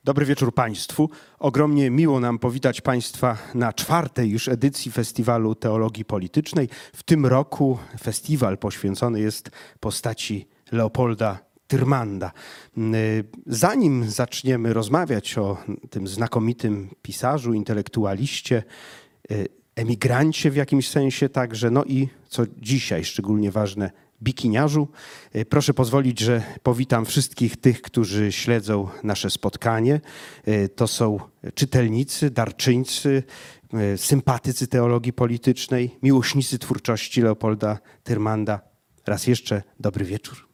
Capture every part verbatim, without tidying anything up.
Dobry wieczór Państwu. Ogromnie miło nam powitać Państwa na czwartej już edycji Festiwalu Teologii Politycznej. W tym roku festiwal poświęcony jest postaci Leopolda Tyrmanda. Zanim zaczniemy rozmawiać o tym znakomitym pisarzu, intelektualiście, emigrancie w jakimś sensie także, no i co dzisiaj szczególnie ważne, bikiniarzu, proszę pozwolić, że powitam wszystkich tych, którzy śledzą nasze spotkanie. To są czytelnicy, darczyńcy, sympatycy teologii politycznej, miłośnicy twórczości Leopolda Tyrmanda. Raz jeszcze dobry wieczór.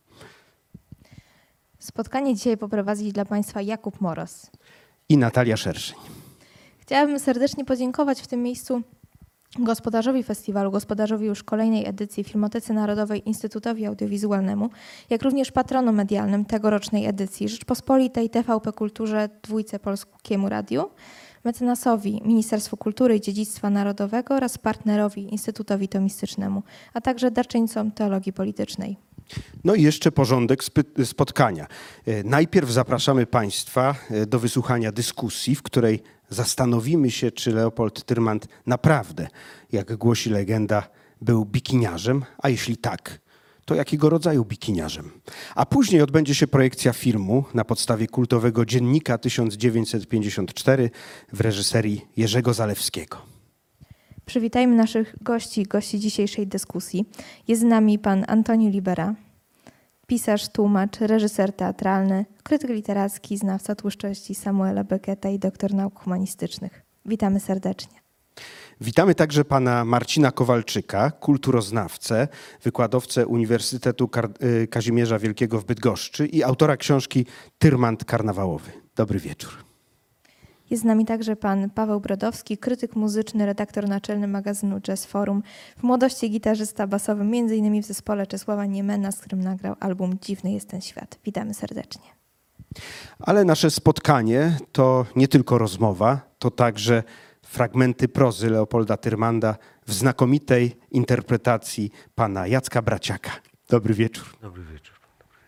Spotkanie dzisiaj poprowadzi dla Państwa Jakub Moros I Natalia Szerszeń. Chciałabym serdecznie podziękować w tym miejscu gospodarzowi festiwalu, gospodarzowi już kolejnej edycji, Filmotece Narodowej, Instytutowi Audiowizualnemu, jak również patronom medialnym tegorocznej edycji, Rzeczpospolitej, T V P Kulturze, Dwójce Polskiemu Radiu, mecenasowi Ministerstwu Kultury i Dziedzictwa Narodowego oraz partnerowi Instytutowi Tomistycznemu, a także darczyńcom teologii politycznej. No i jeszcze porządek spotkania. Najpierw zapraszamy Państwa do wysłuchania dyskusji, w której zastanowimy się, czy Leopold Tyrmand naprawdę, jak głosi legenda, był bikiniarzem, a jeśli tak, to jakiego rodzaju bikiniarzem. A później odbędzie się projekcja filmu na podstawie kultowego Dziennika tysiąc dziewięćset pięćdziesiąt cztery w reżyserii Jerzego Zalewskiego. Przywitajmy naszych gości, gości dzisiejszej dyskusji. Jest z nami pan Antoni Libera, pisarz, tłumacz, reżyser teatralny, krytyk literacki, znawca tłuszczości Samuela Becketa i doktor nauk humanistycznych. Witamy serdecznie. Witamy także pana Marcina Kowalczyka, kulturoznawcę, wykładowcę Uniwersytetu Kazimierza Wielkiego w Bydgoszczy i autora książki Tyrmand Karnawałowy. Dobry wieczór. Jest z nami także pan Paweł Brodowski, krytyk muzyczny, redaktor naczelny magazynu Jazz Forum, w młodości gitarzysta basowy, między innymi w zespole Czesława Niemena, z którym nagrał album Dziwny jest ten świat. Witamy serdecznie. Ale nasze spotkanie to nie tylko rozmowa, to także fragmenty prozy Leopolda Tyrmanda w znakomitej interpretacji pana Jacka Braciaka. Dobry wieczór. Dobry wieczór.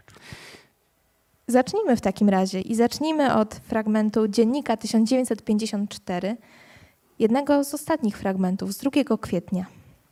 Zacznijmy w takim razie i zacznijmy od fragmentu Dziennika tysiąc dziewięćset pięćdziesiąt cztery, jednego z ostatnich fragmentów z drugiego kwietnia.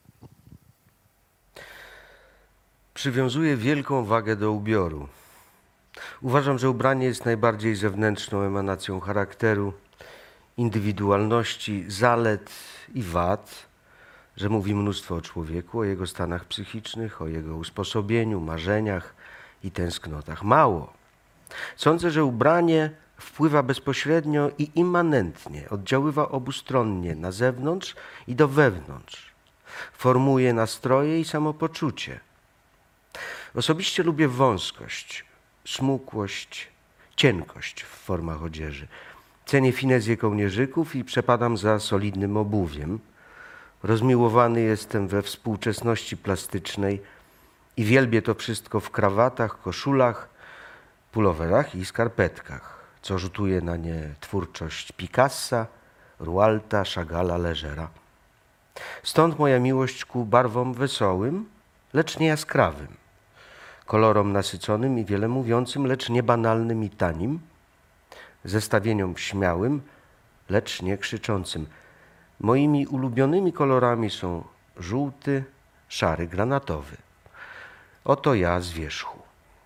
Przywiązuję wielką wagę do ubioru. Uważam, że ubranie jest najbardziej zewnętrzną emanacją charakteru, indywidualności, zalet i wad, że mówi mnóstwo o człowieku, o jego stanach psychicznych, o jego usposobieniu, marzeniach i tęsknotach. Mało. Sądzę, że ubranie wpływa bezpośrednio i immanentnie, oddziaływa obustronnie na zewnątrz i do wewnątrz. Formuje nastroje i samopoczucie. Osobiście lubię wąskość, smukłość, cienkość w formach odzieży. Cenię finezję kołnierzyków i przepadam za solidnym obuwiem. Rozmiłowany jestem we współczesności plastycznej i wielbię to wszystko w krawatach, koszulach, pulowerach i skarpetkach, co rzutuje na nie twórczość Picassa, Rualta, Chagalla, Legera. Stąd moja miłość ku barwom wesołym, lecz nie jaskrawym, kolorom nasyconym i wiele mówiącym, lecz nie banalnym i tanim, zestawieniom śmiałym, lecz nie krzyczącym. Moimi ulubionymi kolorami są żółty, szary, granatowy. Oto ja z wierzchu.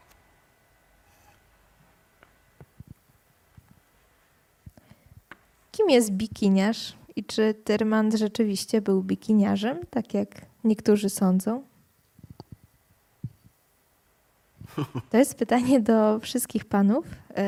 Kim jest bikiniarz i czy Tyrmand rzeczywiście był bikiniarzem, tak jak niektórzy sądzą? To jest pytanie do wszystkich panów.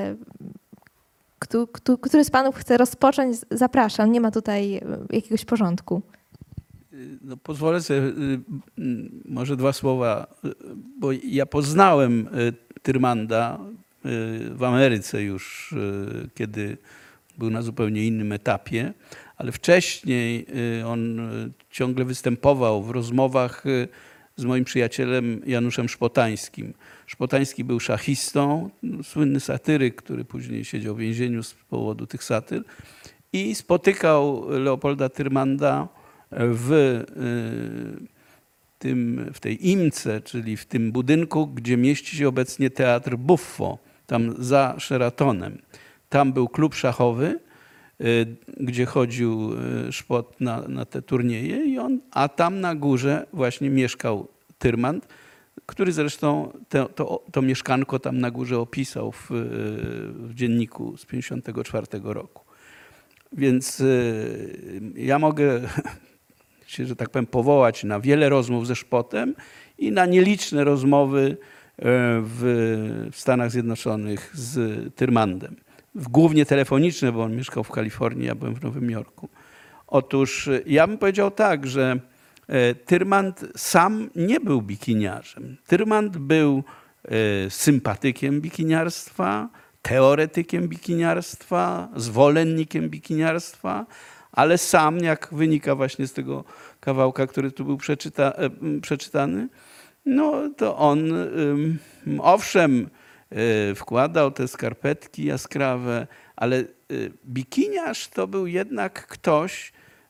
Kto, kto, który z panów chce rozpocząć? Zapraszam, nie ma tutaj jakiegoś porządku. No, pozwolę sobie może dwa słowa, bo ja poznałem Tyrmanda w Ameryce już, kiedy był na zupełnie innym etapie, ale wcześniej on ciągle występował w rozmowach z moim przyjacielem Januszem Szpotańskim. Szpotański był szachistą, słynny satyryk, który później siedział w więzieniu z powodu tych satyr i spotykał Leopolda Tyrmanda w, tym, w tej Imce, czyli w tym budynku, gdzie mieści się obecnie Teatr Buffo, tam za Sheratonem. tam był klub szachowy, gdzie chodził Szpot na, na te turnieje, i on, a tam na górze właśnie mieszkał Tyrmand, który zresztą te, to, to mieszkanko tam na górze opisał w, w dzienniku z pięćdziesiątego czwartego roku. Więc ja mogę się, że tak powiem, powołać na wiele rozmów ze Szpotem i na nieliczne rozmowy w, w Stanach Zjednoczonych z Tyrmandem. Głównie telefoniczne, bo on mieszkał w Kalifornii, ja byłem w Nowym Jorku. Otóż ja bym powiedział tak, że Tyrmand sam nie był bikiniarzem. Tyrmand był sympatykiem bikiniarstwa, teoretykiem bikiniarstwa, zwolennikiem bikiniarstwa, ale sam, jak wynika właśnie z tego kawałka, który tu był przeczyta, przeczytany, no to on owszem wkładał te skarpetki jaskrawe, ale bikiniarz to był jednak ktoś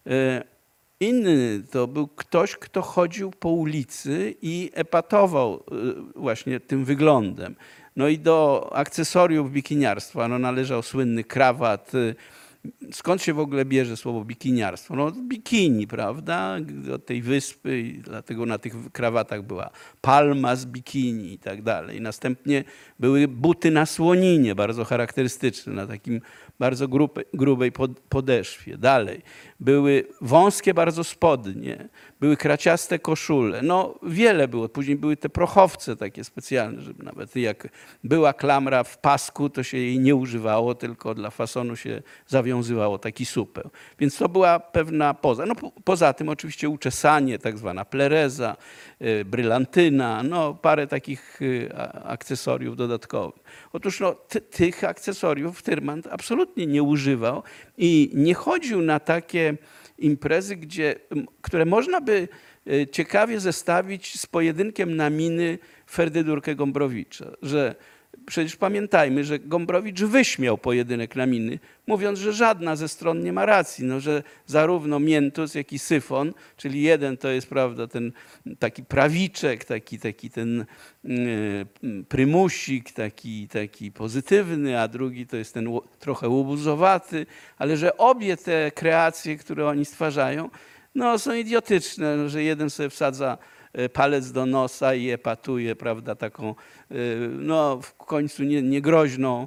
inny. To był ktoś, kto chodził po ulicy i epatował właśnie tym wyglądem. No i do akcesoriów bikiniarstwa no należał słynny krawat. Skąd się w ogóle bierze słowo bikiniarstwo? No bikini, prawda? Od tej wyspy i dlatego na tych krawatach była palma z bikini i tak dalej. Następnie były buty na słoninie, bardzo charakterystyczne, na takim bardzo grubej, grubej podeszwie. Dalej były wąskie bardzo spodnie, były kraciaste koszule. No wiele było. Później były te prochowce takie specjalne, żeby nawet jak była klamra w pasku, to się jej nie używało, tylko dla fasonu się zawiązywało taki supeł. Więc to była pewna poza. No po, poza tym oczywiście uczesanie, tak zwana plereza, y, brylantyna, no parę takich y, akcesoriów dodatkowych. Otóż no, ty, tych akcesoriów Tyrmand absolutnie nie używał i nie chodził na takie imprezy, gdzie, które można by ciekawie zestawić z pojedynkiem na miny Ferdydurkę-Gombrowicza, że przecież pamiętajmy, że Gombrowicz wyśmiał pojedynek na miny, mówiąc, że żadna ze stron nie ma racji, no, że zarówno Miętus, jak i Syfon, czyli jeden to jest, prawda, ten taki prawiczek, taki, taki ten y, prymusik, taki, taki pozytywny, a drugi to jest ten trochę łobuzowaty, ale że obie te kreacje, które oni stwarzają, no, są idiotyczne, no, że jeden sobie wsadza palec do nosa i epatuje, prawda, taką, no w końcu nie, niegroźną,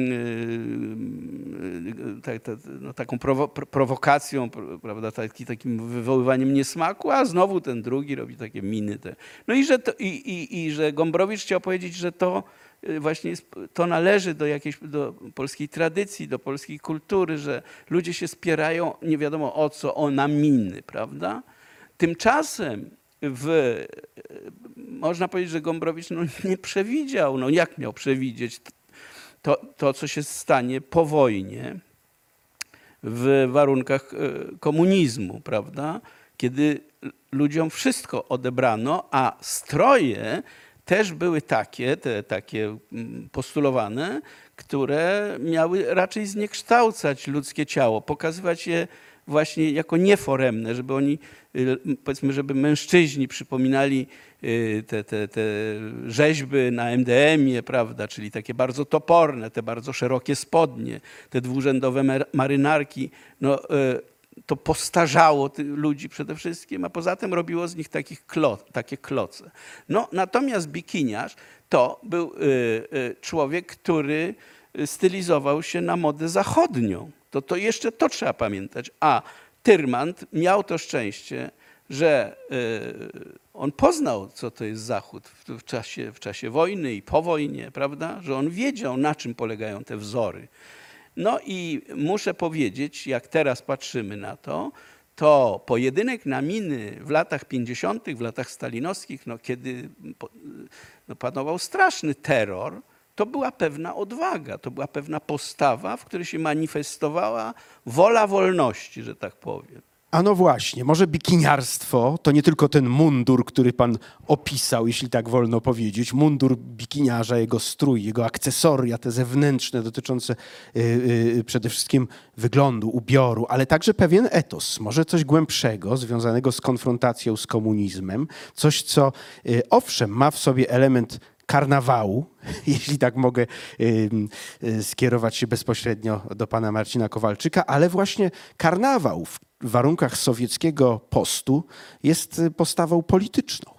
tak, tak, no, taką prowo, prowokacją, prawda, taki, takim wywoływaniem niesmaku, a znowu ten drugi robi takie miny. Te. No i że, to, i, i, i że Gombrowicz chciał powiedzieć, że to właśnie jest, to należy do jakiejś, do polskiej tradycji, do polskiej kultury, że ludzie się spierają nie wiadomo o co, o na miny, prawda? Tymczasem w, można powiedzieć, że Gombrowicz no, nie przewidział, no jak miał przewidzieć to, to, co się stanie po wojnie w warunkach komunizmu, prawda? Kiedy ludziom wszystko odebrano, a stroje też były takie, te takie postulowane, które miały raczej zniekształcać ludzkie ciało, pokazywać je właśnie jako nieforemne, żeby oni, powiedzmy, żeby mężczyźni przypominali te, te, te rzeźby na em de emie, prawda, czyli takie bardzo toporne, te bardzo szerokie spodnie, te dwurzędowe marynarki, no, to postarzało tych ludzi przede wszystkim, a poza tym robiło z nich takich klo, takie kloce. No, natomiast bikiniarz to był człowiek, który stylizował się na modę zachodnią. To, to jeszcze to trzeba pamiętać. A Tyrmand miał to szczęście, że on poznał, co to jest Zachód w, w, czasie, w czasie wojny i po wojnie, prawda? Że on wiedział, na czym polegają te wzory. No i muszę powiedzieć, jak teraz patrzymy na to, to pojedynek na miny w latach pięćdziesiątych, w latach stalinowskich, no, kiedy no, panował straszny terror, to była pewna odwaga, to była pewna postawa, w której się manifestowała wola wolności, że tak powiem. A no właśnie, może bikiniarstwo to nie tylko ten mundur, który pan opisał, jeśli tak wolno powiedzieć, mundur bikiniarza, jego strój, jego akcesoria, te zewnętrzne, dotyczące yy, yy, przede wszystkim wyglądu, ubioru, ale także pewien etos, może coś głębszego, związanego z konfrontacją z komunizmem, coś, co yy, owszem ma w sobie element karnawału, jeśli tak mogę y, y, skierować się bezpośrednio do pana Marcina Kowalczyka, ale właśnie karnawał w warunkach sowieckiego postu jest postawą polityczną.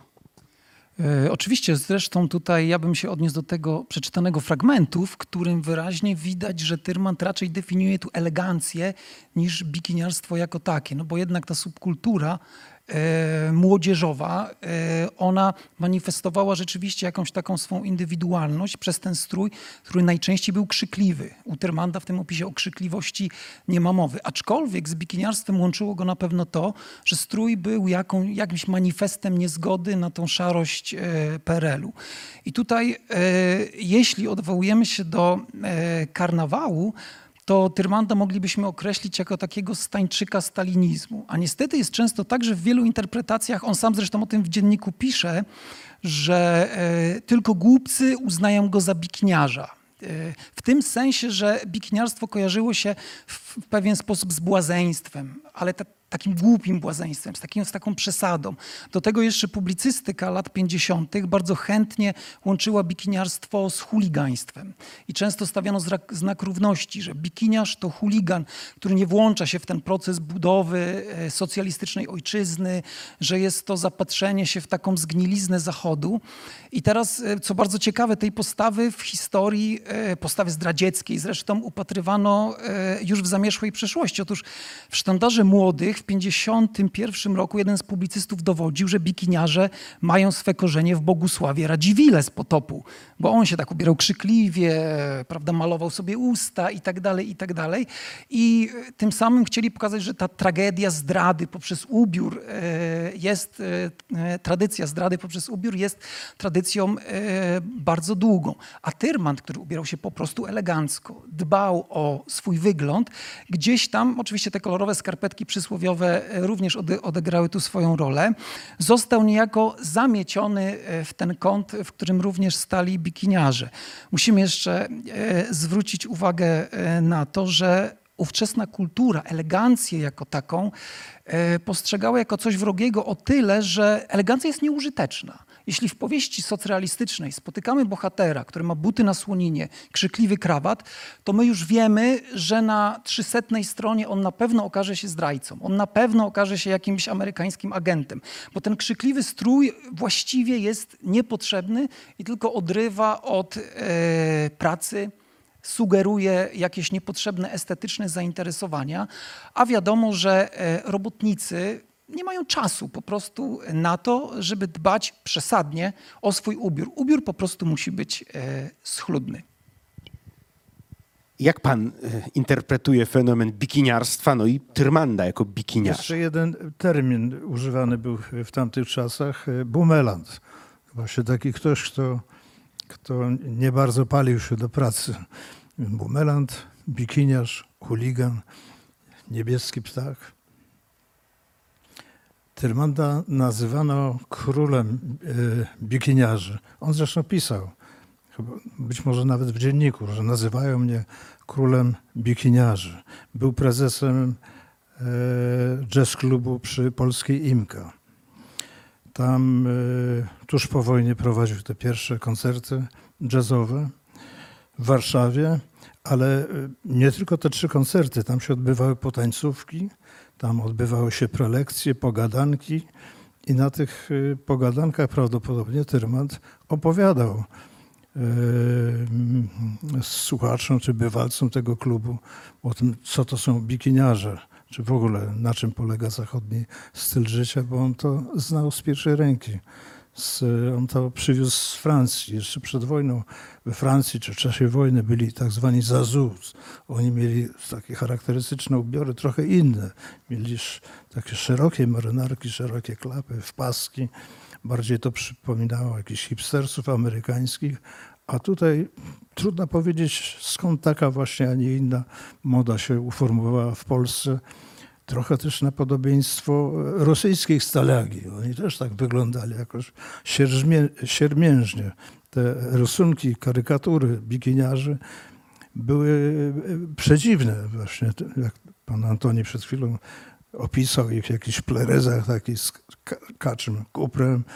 E, Oczywiście, zresztą tutaj ja bym się odniósł do tego przeczytanego fragmentu, w którym wyraźnie widać, że Tyrmand raczej definiuje tu elegancję niż bikiniarstwo jako takie, no bo jednak ta subkultura e, młodzieżowa, e, ona manifestowała rzeczywiście jakąś taką swą indywidualność przez ten strój, który najczęściej był krzykliwy. U Tyrmanda w tym opisie o krzykliwości nie ma mowy. Aczkolwiek z bikiniarstwem łączyło go na pewno to, że strój był jaką, jakimś manifestem niezgody na tą szarość e, P R L u. I tutaj, e, jeśli odwołujemy się do e, karnawału, to Tyrmanda moglibyśmy określić jako takiego stańczyka stalinizmu. A niestety jest często tak, że w wielu interpretacjach, on sam zresztą o tym w dzienniku pisze, że e, tylko głupcy uznają go za bikiniarza. E, w tym sensie, że bikiniarstwo kojarzyło się w, w pewien sposób z błazeństwem, ale ta, takim głupim błazeństwem, z, takim, z taką przesadą. Do tego jeszcze publicystyka lat pięćdziesiątych bardzo chętnie łączyła bikiniarstwo z chuligaństwem. I często stawiano znak, znak równości, że bikiniarz to chuligan, który nie włącza się w ten proces budowy e, socjalistycznej ojczyzny, że jest to zapatrzenie się w taką zgniliznę Zachodu. I teraz, e, co bardzo ciekawe, tej postawy w historii, e, postawy zdradzieckiej zresztą upatrywano e, już w zamierzchłej przeszłości. Otóż w Sztandarze Młodych w pięćdziesiątym pierwszym roku jeden z publicystów dowodził, że bikiniarze mają swe korzenie w Bogusławie Radziwile z Potopu, bo on się tak ubierał krzykliwie, prawda, malował sobie usta i tak dalej, i tak dalej. I tym samym chcieli pokazać, że ta tragedia zdrady poprzez ubiór e, jest, e, tradycja zdrady poprzez ubiór jest tradycją e, bardzo długą. A Tyrmand, który ubierał się po prostu elegancko, dbał o swój wygląd, gdzieś tam, oczywiście te kolorowe skarpetki przysłowiowe również ode, odegrały tu swoją rolę, został niejako zamieciony w ten kąt, w którym również stali bikiniarze. Musimy jeszcze e, zwrócić uwagę na to, że ówczesna kultura, elegancję jako taką e, postrzegała jako coś wrogiego o tyle, że elegancja jest nieużyteczna. Jeśli w powieści socrealistycznej spotykamy bohatera, który ma buty na słoninie, krzykliwy krawat, to my już wiemy, że na trzysetnej stronie on na pewno okaże się zdrajcą. On na pewno okaże się jakimś amerykańskim agentem, bo ten krzykliwy strój właściwie jest niepotrzebny i tylko odrywa od e, pracy, sugeruje jakieś niepotrzebne estetyczne zainteresowania, a wiadomo, że robotnicy nie mają czasu po prostu na to, żeby dbać przesadnie o swój ubiór. Ubiór po prostu musi być schludny. Jak pan e, interpretuje fenomen bikiniarstwa, no i Tyrmanda jako bikiniarza? Jeszcze jeden termin używany był w tamtych czasach, bumeland. Właśnie taki ktoś, kto, kto nie bardzo palił się do pracy. Bumeland, bikiniarz, chuligan, niebieski ptak. Tyrmanda nazywano królem e, bikiniarzy. On zresztą pisał, chyba, być może nawet w dzienniku, że nazywają mnie królem bikiniarzy. Był prezesem e, jazz klubu przy Polskiej Imka. Tam e, tuż po wojnie prowadził te pierwsze koncerty jazzowe w Warszawie, ale nie tylko te trzy koncerty, tam się odbywały potańcówki, tam odbywały się prelekcje, pogadanki i na tych pogadankach prawdopodobnie Tyrmand opowiadał yy, słuchaczom czy bywalcom tego klubu o tym, co to są bikiniarze, czy w ogóle na czym polega zachodni styl życia, bo on to znał z pierwszej ręki. Z, on to przywiózł z Francji, jeszcze przed wojną we Francji czy w czasie wojny byli tak zwani zazus. Oni mieli takie charakterystyczne ubiory, trochę inne. Mieli takie szerokie marynarki, szerokie klapy, wpaski. Bardziej to przypominało jakichś hipstersów amerykańskich. A tutaj trudno powiedzieć, skąd taka właśnie, a nie inna moda się uformowała w Polsce. Trochę też na podobieństwo rosyjskich staliagi. Oni też tak wyglądali jakoś sierżmie, siermiężnie. Te rysunki, karykatury bikiniarzy były przedziwne właśnie. Jak pan Antoni przed chwilą opisał ich w jakichś plerezach takich z kaczym kuprem.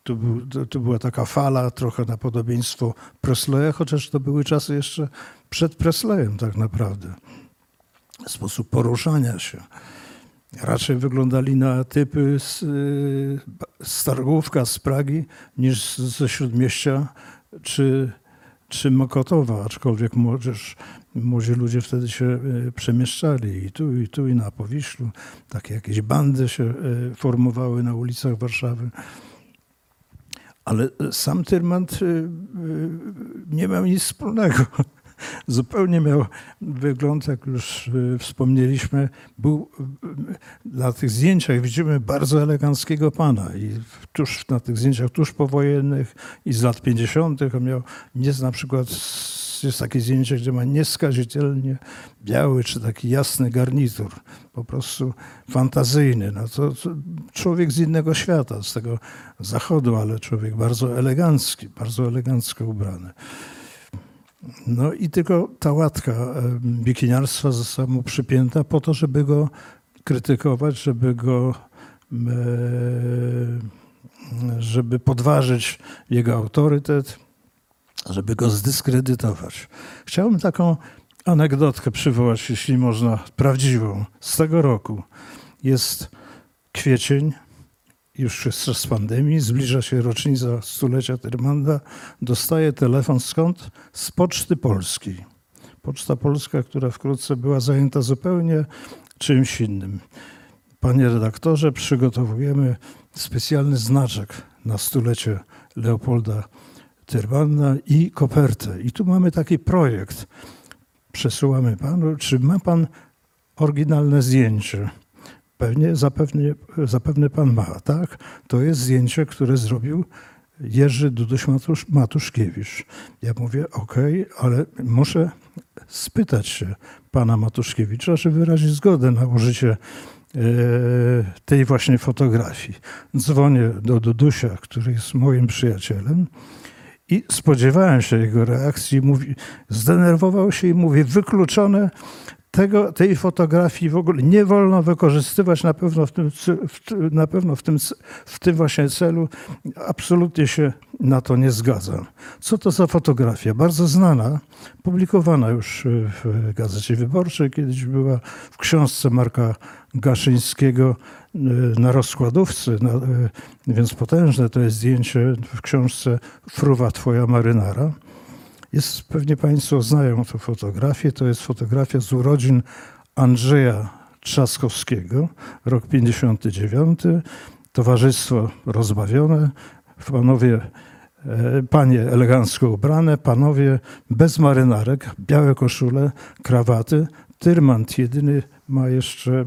Tu, był, to, tu była taka fala trochę na podobieństwo Presleya, chociaż to były czasy jeszcze przed Presleyem tak naprawdę. Sposób poruszania się. Raczej wyglądali na typy z, z Targówka, z Pragi, niż ze Śródmieścia czy, czy Mokotowa, aczkolwiek młodzież, młodzi ludzie wtedy się przemieszczali i tu, i tu, i na Powiślu. Takie jakieś bandy się formowały na ulicach Warszawy. Ale sam Tyrmand nie miał nic wspólnego. Zupełnie miał wygląd, jak już wspomnieliśmy, był na tych zdjęciach widzimy bardzo eleganckiego pana i tuż na tych zdjęciach tuż powojennych i z lat pięćdziesiątych on miał, nie na przykład jest takie zdjęcie, gdzie ma nieskazitelnie biały czy taki jasny garnitur, po prostu fantazyjny. No to, to człowiek z innego świata, z tego zachodu, ale człowiek bardzo elegancki, bardzo elegancko ubrany. No i tylko ta łatka bikiniarstwa została mu przypięta po to, żeby go krytykować, żeby go, żeby podważyć jego autorytet, żeby go zdyskredytować. Chciałbym taką anegdotkę przywołać, jeśli można, prawdziwą. Z tego roku jest kwiecień, już jest czas pandemii, zbliża się rocznica stulecia Tyrmanda, dostaje telefon skąd? Z Poczty Polskiej. Poczta Polska, która wkrótce była zajęta zupełnie czymś innym. Panie redaktorze, przygotowujemy specjalny znaczek na stulecie Leopolda Tyrmanda i kopertę. I tu mamy taki projekt. Przesyłamy panu. Czy ma pan oryginalne zdjęcie? Pewnie, zapewne, zapewne pan ma, tak? To jest zdjęcie, które zrobił Jerzy Duduś-Matuszkiewicz. Ja mówię, okej, okay, ale muszę spytać się pana Matuszkiewicza, czy wyrazi zgodę na użycie e, tej właśnie fotografii. Dzwonię do Dudusia, który jest moim przyjacielem i spodziewałem się jego reakcji. Mówi, zdenerwował się i mówi, wykluczone. Tego, tej fotografii w ogóle nie wolno wykorzystywać na pewno w tym, w, na pewno w tym, w tym właśnie celu. Absolutnie się na to nie zgadzam. Co to za fotografia? Bardzo znana, publikowana już w Gazecie Wyborczej, kiedyś była w książce Marka Gaszyńskiego na rozkładówce, na, więc potężne to jest zdjęcie w książce Fruwa twoja marynara. Jest, pewnie państwo znają tę fotografię. To jest fotografia z urodzin Andrzeja Trzaskowskiego, rok pięćdziesiąty dziewiąty. Towarzystwo rozbawione, panowie, panie elegancko ubrane, panowie bez marynarek, białe koszule, krawaty. Tyrmand jedyny ma jeszcze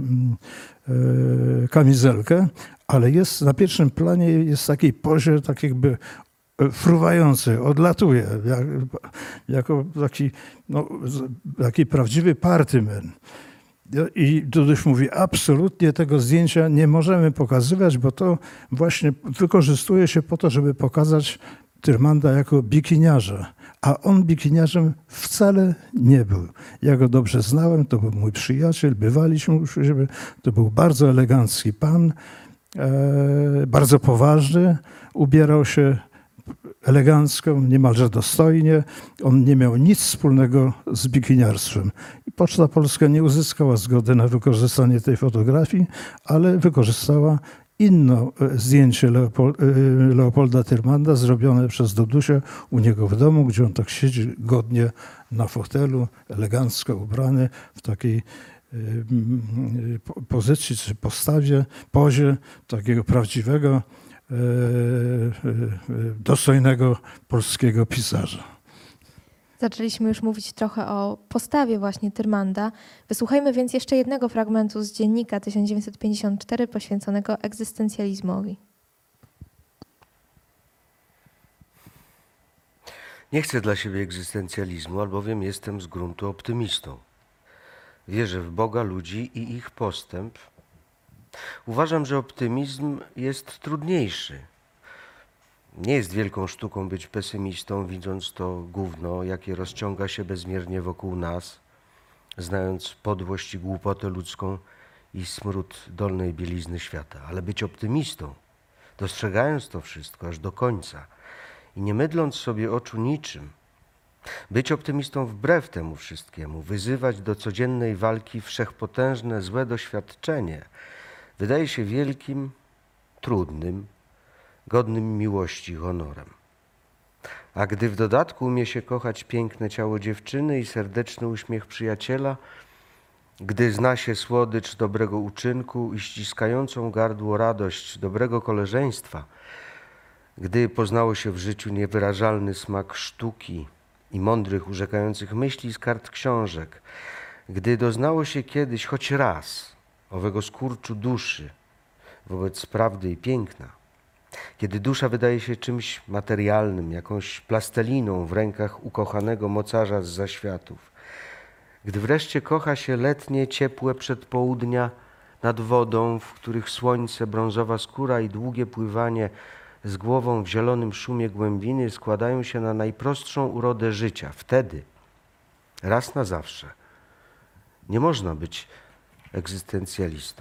e, kamizelkę, ale jest na pierwszym planie jest w takiej pozie, tak jakby fruwający, odlatuje, jak, jako taki, no, taki prawdziwy partymen. I Duduś mówi, absolutnie tego zdjęcia nie możemy pokazywać, bo to właśnie wykorzystuje się po to, żeby pokazać Tyrmanda jako bikiniarza. A on bikiniarzem wcale nie był. Ja go dobrze znałem, to był mój przyjaciel, bywaliśmy u siebie, to był bardzo elegancki pan, e, bardzo poważny, ubierał się elegancko, niemalże dostojnie. On nie miał nic wspólnego z bikiniarstwem. I Poczta Polska nie uzyskała zgody na wykorzystanie tej fotografii, ale wykorzystała inne zdjęcie Leopol- Leopolda Tyrmanda zrobione przez Dudusia u niego w domu, gdzie on tak siedzi godnie na fotelu, elegancko ubrany w takiej pozycji czy postawie, pozie takiego prawdziwego dostojnego polskiego pisarza. Zaczęliśmy już mówić trochę o postawie właśnie Tyrmanda. Wysłuchajmy więc jeszcze jednego fragmentu z dziennika tysiąc dziewięćset pięćdziesiąt cztery poświęconego egzystencjalizmowi. Nie chcę dla siebie egzystencjalizmu, albowiem jestem z gruntu optymistą. Wierzę w Boga, ludzi i ich postęp. Uważam, że optymizm jest trudniejszy. Nie jest wielką sztuką być pesymistą, widząc to gówno, jakie rozciąga się bezmiernie wokół nas, znając podłość i głupotę ludzką i smród dolnej bielizny świata. Ale być optymistą dostrzegając to wszystko aż do końca i nie mydląc sobie oczu niczym, być optymistą wbrew temu wszystkiemu, wyzywać do codziennej walki wszechpotężne, złe doświadczenie, wydaje się wielkim, trudnym, godnym miłości i honorem. A gdy w dodatku umie się kochać piękne ciało dziewczyny i serdeczny uśmiech przyjaciela, gdy zna się słodycz dobrego uczynku i ściskającą gardło radość dobrego koleżeństwa, gdy poznało się w życiu niewyrażalny smak sztuki i mądrych, urzekających myśli z kart książek, gdy doznało się kiedyś choć raz owego skurczu duszy wobec prawdy i piękna, kiedy dusza wydaje się czymś materialnym, jakąś plastelliną w rękach ukochanego mocarza z zaświatów, gdy wreszcie kocha się letnie, ciepłe przedpołudnia nad wodą, w których słońce, brązowa skóra i długie pływanie z głową w zielonym szumie głębiny składają się na najprostszą urodę życia. Wtedy, raz na zawsze, nie można być egzystencjalistą.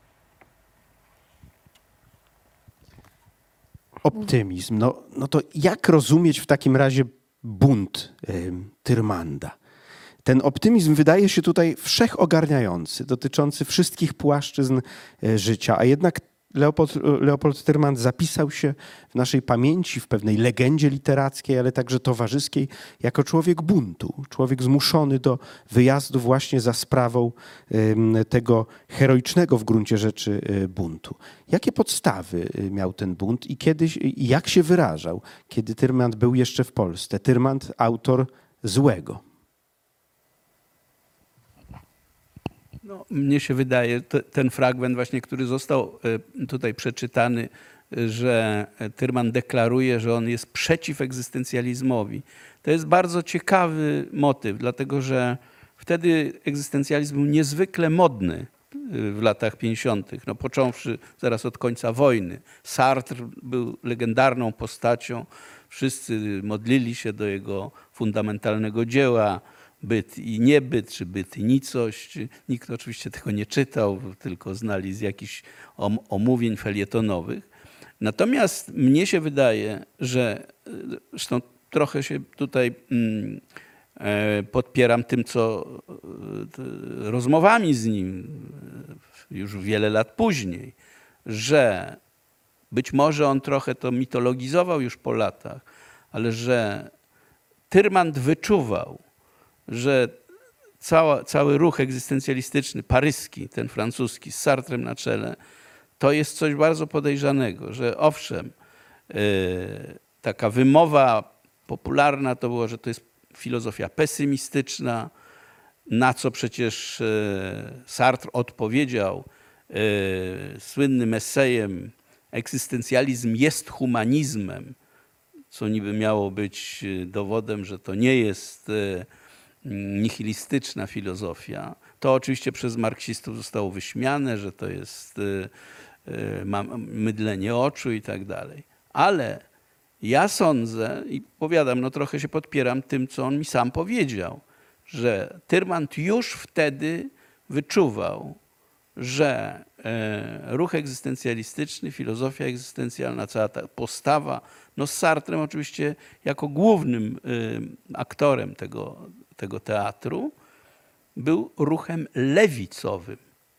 Optymizm. No, no to jak rozumieć w takim razie bunt y, Tyrmanda? Ten optymizm wydaje się tutaj wszechogarniający, dotyczący wszystkich płaszczyzn y, życia, a jednak Leopold, Leopold Tyrmand zapisał się w naszej pamięci, w pewnej legendzie literackiej, ale także towarzyskiej, jako człowiek buntu, człowiek zmuszony do wyjazdu właśnie za sprawą y, tego heroicznego w gruncie rzeczy y, buntu. Jakie podstawy y, miał ten bunt i kiedyś, i jak się wyrażał, kiedy Tyrmand był jeszcze w Polsce? Tyrmand, autor Złego. No, mnie się wydaje, te, ten fragment właśnie, który został e, tutaj przeczytany, e, że Tyrmand deklaruje, że on jest przeciw egzystencjalizmowi. To jest bardzo ciekawy motyw, dlatego że wtedy egzystencjalizm był niezwykle modny e, w latach pięćdziesiątych. No, począwszy zaraz od końca wojny. Sartre był legendarną postacią. Wszyscy modlili się do jego fundamentalnego dzieła. Byt i niebyt, czy byt i nicość. Nikt oczywiście tego nie czytał, tylko znali z jakichś omówień felietonowych. Natomiast mnie się wydaje, że zresztą trochę się tutaj podpieram tym, co rozmowami z nim już wiele lat później, że być może on trochę to mitologizował już po latach, ale że Tyrmand wyczuwał, że cała, cały ruch egzystencjalistyczny, paryski, ten francuski, z Sartrem na czele, to jest coś bardzo podejrzanego, że owszem, yy, taka wymowa popularna to było, że to jest filozofia pesymistyczna, na co przecież yy, Sartre odpowiedział yy, słynnym esejem "Egzystencjalizm jest humanizmem", co niby miało być dowodem, że to nie jest yy, nihilistyczna filozofia. To oczywiście przez marksistów zostało wyśmiane, że to jest y, y, mydlenie oczu i tak dalej. Ale ja sądzę i powiadam, no trochę się podpieram tym, co on mi sam powiedział, że Tyrmand już wtedy wyczuwał, że y, ruch egzystencjalistyczny, filozofia egzystencjalna, cała ta postawa, no z Sartrem oczywiście jako głównym y, aktorem tego, tego teatru, był ruchem lewicowym.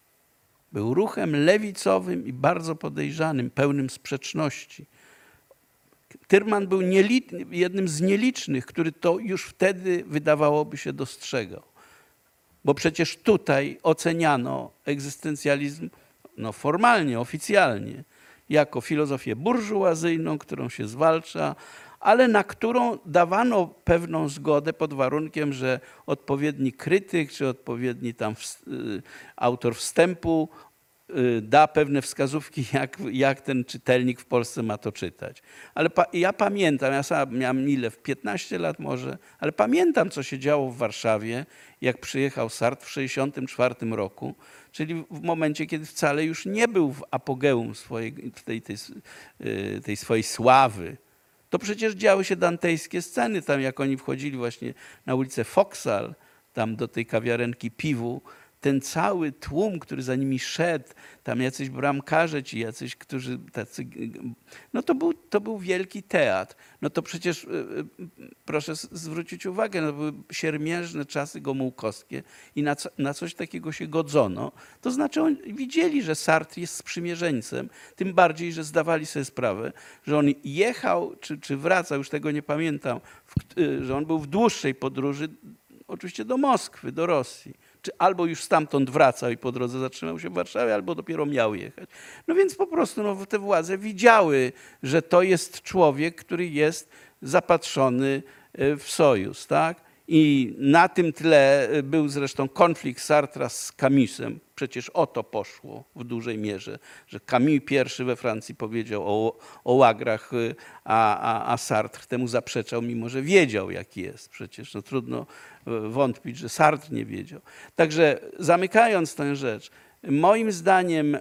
Był ruchem lewicowym i bardzo podejrzanym, pełnym sprzeczności. Tyrmand był jednym z nielicznych, który to już wtedy wydawałoby się dostrzegał. Bo przecież tutaj oceniano egzystencjalizm no formalnie, oficjalnie, jako filozofię burżuazyjną, którą się zwalcza, ale na którą dawano pewną zgodę pod warunkiem, że odpowiedni krytyk czy odpowiedni tam autor wstępu da pewne wskazówki, jak, jak ten czytelnik w Polsce ma to czytać. Ale pa, ja pamiętam, ja sam miałem ile, w piętnaście lat może, ale pamiętam, co się działo w Warszawie, jak przyjechał Sartre w sześćdziesiątym czwartym roku, czyli w momencie, kiedy wcale już nie był w apogeum swojej, tej, tej, tej swojej sławy. To przecież działy się dantejskie sceny, tam jak oni wchodzili właśnie na ulicę Vauxhall, tam do tej kawiarenki Piwu, ten cały tłum, który za nimi szedł, tam jacyś bramkarze ci, jacyś, którzy tacy, no to był, to był wielki teatr. No to przecież, proszę zwrócić uwagę, no były siermiężne czasy gomułkowskie i na, co, na coś takiego się godzono. To znaczy oni widzieli, że Sartre jest sprzymierzeńcem, tym bardziej, że zdawali sobie sprawę, że on jechał, czy, czy wracał, już tego nie pamiętam, w, że on był w dłuższej podróży, oczywiście do Moskwy, do Rosji. Czy albo już stamtąd wracał i po drodze zatrzymał się w Warszawie, albo dopiero miał jechać. No więc po prostu no, te władze widziały, że to jest człowiek, który jest zapatrzony w sojusz, tak? I na tym tle był zresztą konflikt Sartra z Camusem. Przecież o to poszło w dużej mierze, że Camus pierwszy we Francji powiedział o, o łagrach, a, a, a Sartre temu zaprzeczał, mimo że wiedział, jaki jest. Przecież no, trudno wątpić, że Sartre nie wiedział. Także zamykając tę rzecz, moim zdaniem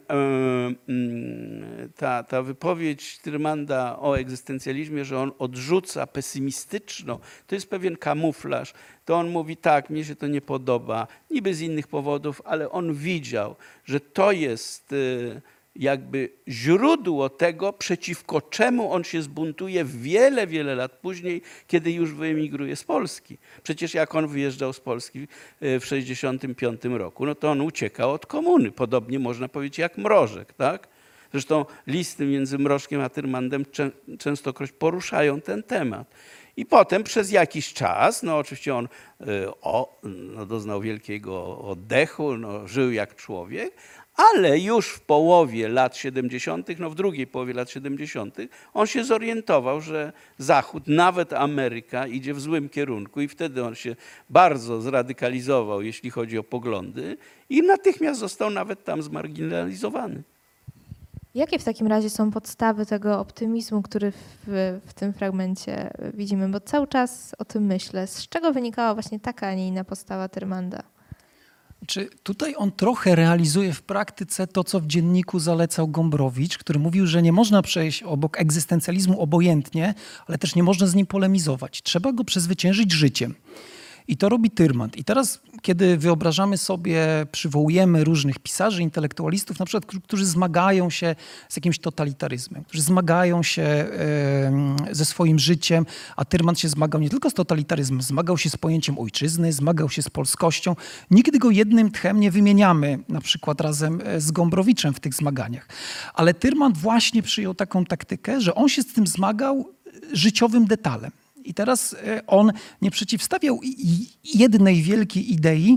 ta, ta wypowiedź Tyrmanda o egzystencjalizmie, że on odrzuca pesymistyczno, to jest pewien kamuflaż. To on mówi tak, mnie się to nie podoba, niby z innych powodów, ale on widział, że to jest jakby źródło tego, przeciwko czemu on się zbuntuje wiele, wiele lat później, kiedy już wyemigruje z Polski. Przecież jak on wyjeżdżał z Polski w sześćdziesiątym piątym roku, no to on uciekał od komuny. Podobnie można powiedzieć jak Mrożek, tak? Zresztą listy między Mrożkiem a Tyrmandem czę, częstokroć poruszają ten temat. I potem przez jakiś czas, no oczywiście on o, no doznał wielkiego oddechu, no, żył jak człowiek, ale już w połowie lat siedemdziesiątych, no w drugiej połowie lat siedemdziesiątych, on się zorientował, że Zachód, nawet Ameryka, idzie w złym kierunku i wtedy on się bardzo zradykalizował, jeśli chodzi o poglądy i natychmiast został nawet tam zmarginalizowany. Jakie w takim razie są podstawy tego optymizmu, który w, w tym fragmencie widzimy? Bo cały czas o tym myślę. Z czego wynikała właśnie taka, a nie inna postawa Tyrmanda? Czy tutaj on trochę realizuje w praktyce to, co w dzienniku zalecał Gombrowicz, który mówił, że nie można przejść obok egzystencjalizmu obojętnie, ale też nie można z nim polemizować. Trzeba go przezwyciężyć życiem. I to robi Tyrmand. I teraz, kiedy wyobrażamy sobie, przywołujemy różnych pisarzy, intelektualistów, na przykład, którzy zmagają się z jakimś totalitaryzmem, którzy zmagają się e, ze swoim życiem, a Tyrmand się zmagał nie tylko z totalitaryzmem, zmagał się z pojęciem ojczyzny, zmagał się z polskością. Nigdy go jednym tchem nie wymieniamy, na przykład razem z Gombrowiczem w tych zmaganiach. Ale Tyrmand właśnie przyjął taką taktykę, że on się z tym zmagał życiowym detalem. I teraz on nie przeciwstawiał jednej wielkiej idei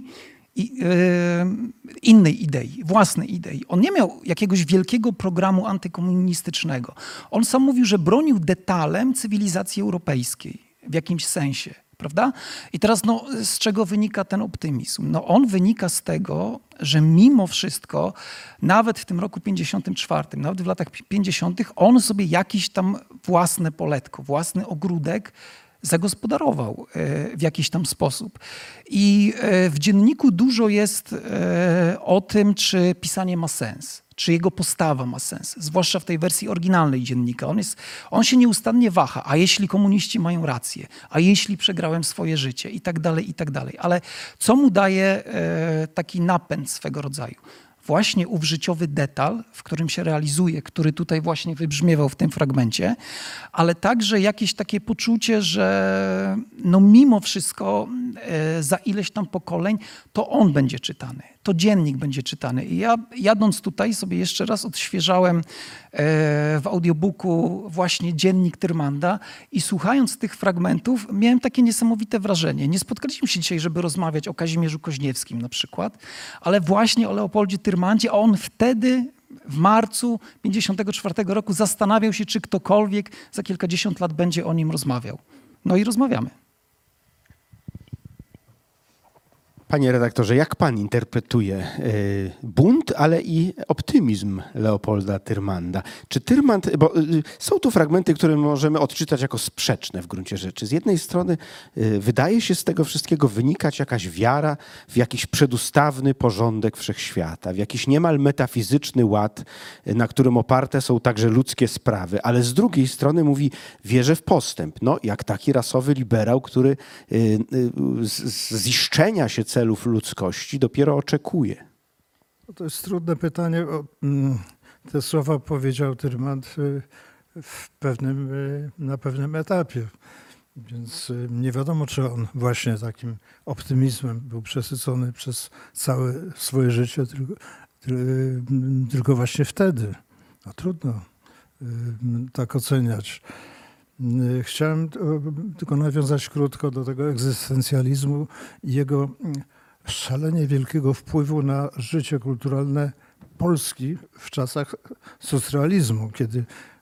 innej idei, własnej idei. On nie miał jakiegoś wielkiego programu antykomunistycznego. On sam mówił, że bronił detalem cywilizacji europejskiej w jakimś sensie, prawda? I teraz no, z czego wynika ten optymizm? No, on wynika z tego, że mimo wszystko, nawet w tym roku pięćdziesiątym czwartym, nawet w latach pięćdziesiątych, on sobie jakiś tam własne poletko, własny ogródek zagospodarował w jakiś tam sposób. I w dzienniku dużo jest o tym, czy pisanie ma sens, czy jego postawa ma sens, zwłaszcza w tej wersji oryginalnej dziennika. On, jest, on się nieustannie waha, a jeśli komuniści mają rację, a jeśli przegrałem swoje życie i tak dalej, i tak dalej. Ale co mu daje taki napęd swego rodzaju? Właśnie ów życiowy detal, w którym się realizuje, który tutaj właśnie wybrzmiewał w tym fragmencie, ale także jakieś takie poczucie, że no mimo wszystko e, za ileś tam pokoleń to on będzie czytany, to dziennik będzie czytany. I ja jadąc tutaj sobie jeszcze raz odświeżałem e, w audiobooku właśnie dziennik Tyrmanda i słuchając tych fragmentów miałem takie niesamowite wrażenie. Nie spotkaliśmy się dzisiaj, żeby rozmawiać o Kazimierzu Koźniewskim na przykład, ale właśnie o Leopoldzie Tyrmandzie, a on wtedy w marcu pięćdziesiątego czwartego roku zastanawiał się, czy ktokolwiek za kilkadziesiąt lat będzie o nim rozmawiał. No i rozmawiamy. Panie redaktorze, jak pan interpretuje y, bunt, ale i optymizm Leopolda Tyrmanda? Czy Tyrmand, bo y, są tu fragmenty, które możemy odczytać jako sprzeczne w gruncie rzeczy. Z jednej strony y, wydaje się z tego wszystkiego wynikać jakaś wiara w jakiś przedustawny porządek wszechświata, w jakiś niemal metafizyczny ład, y, na którym oparte są także ludzkie sprawy, ale z drugiej strony mówi, wierzę w postęp. No, jak taki rasowy liberał, który y, y, z, z ziszczenia się celu celów ludzkości dopiero oczekuje? No to jest trudne pytanie. O, mm, te słowa powiedział Tyrmand y, w pewnym, y, na pewnym etapie. Więc y, nie wiadomo, czy on właśnie takim optymizmem był przesycony przez całe swoje życie, tylko, ty- tylko właśnie wtedy. No trudno y, tak oceniać. Y, Chciałem y, tylko nawiązać krótko do tego egzystencjalizmu i jego y, szalenie wielkiego wpływu na życie kulturalne Polski w czasach socrealizmu, kiedy,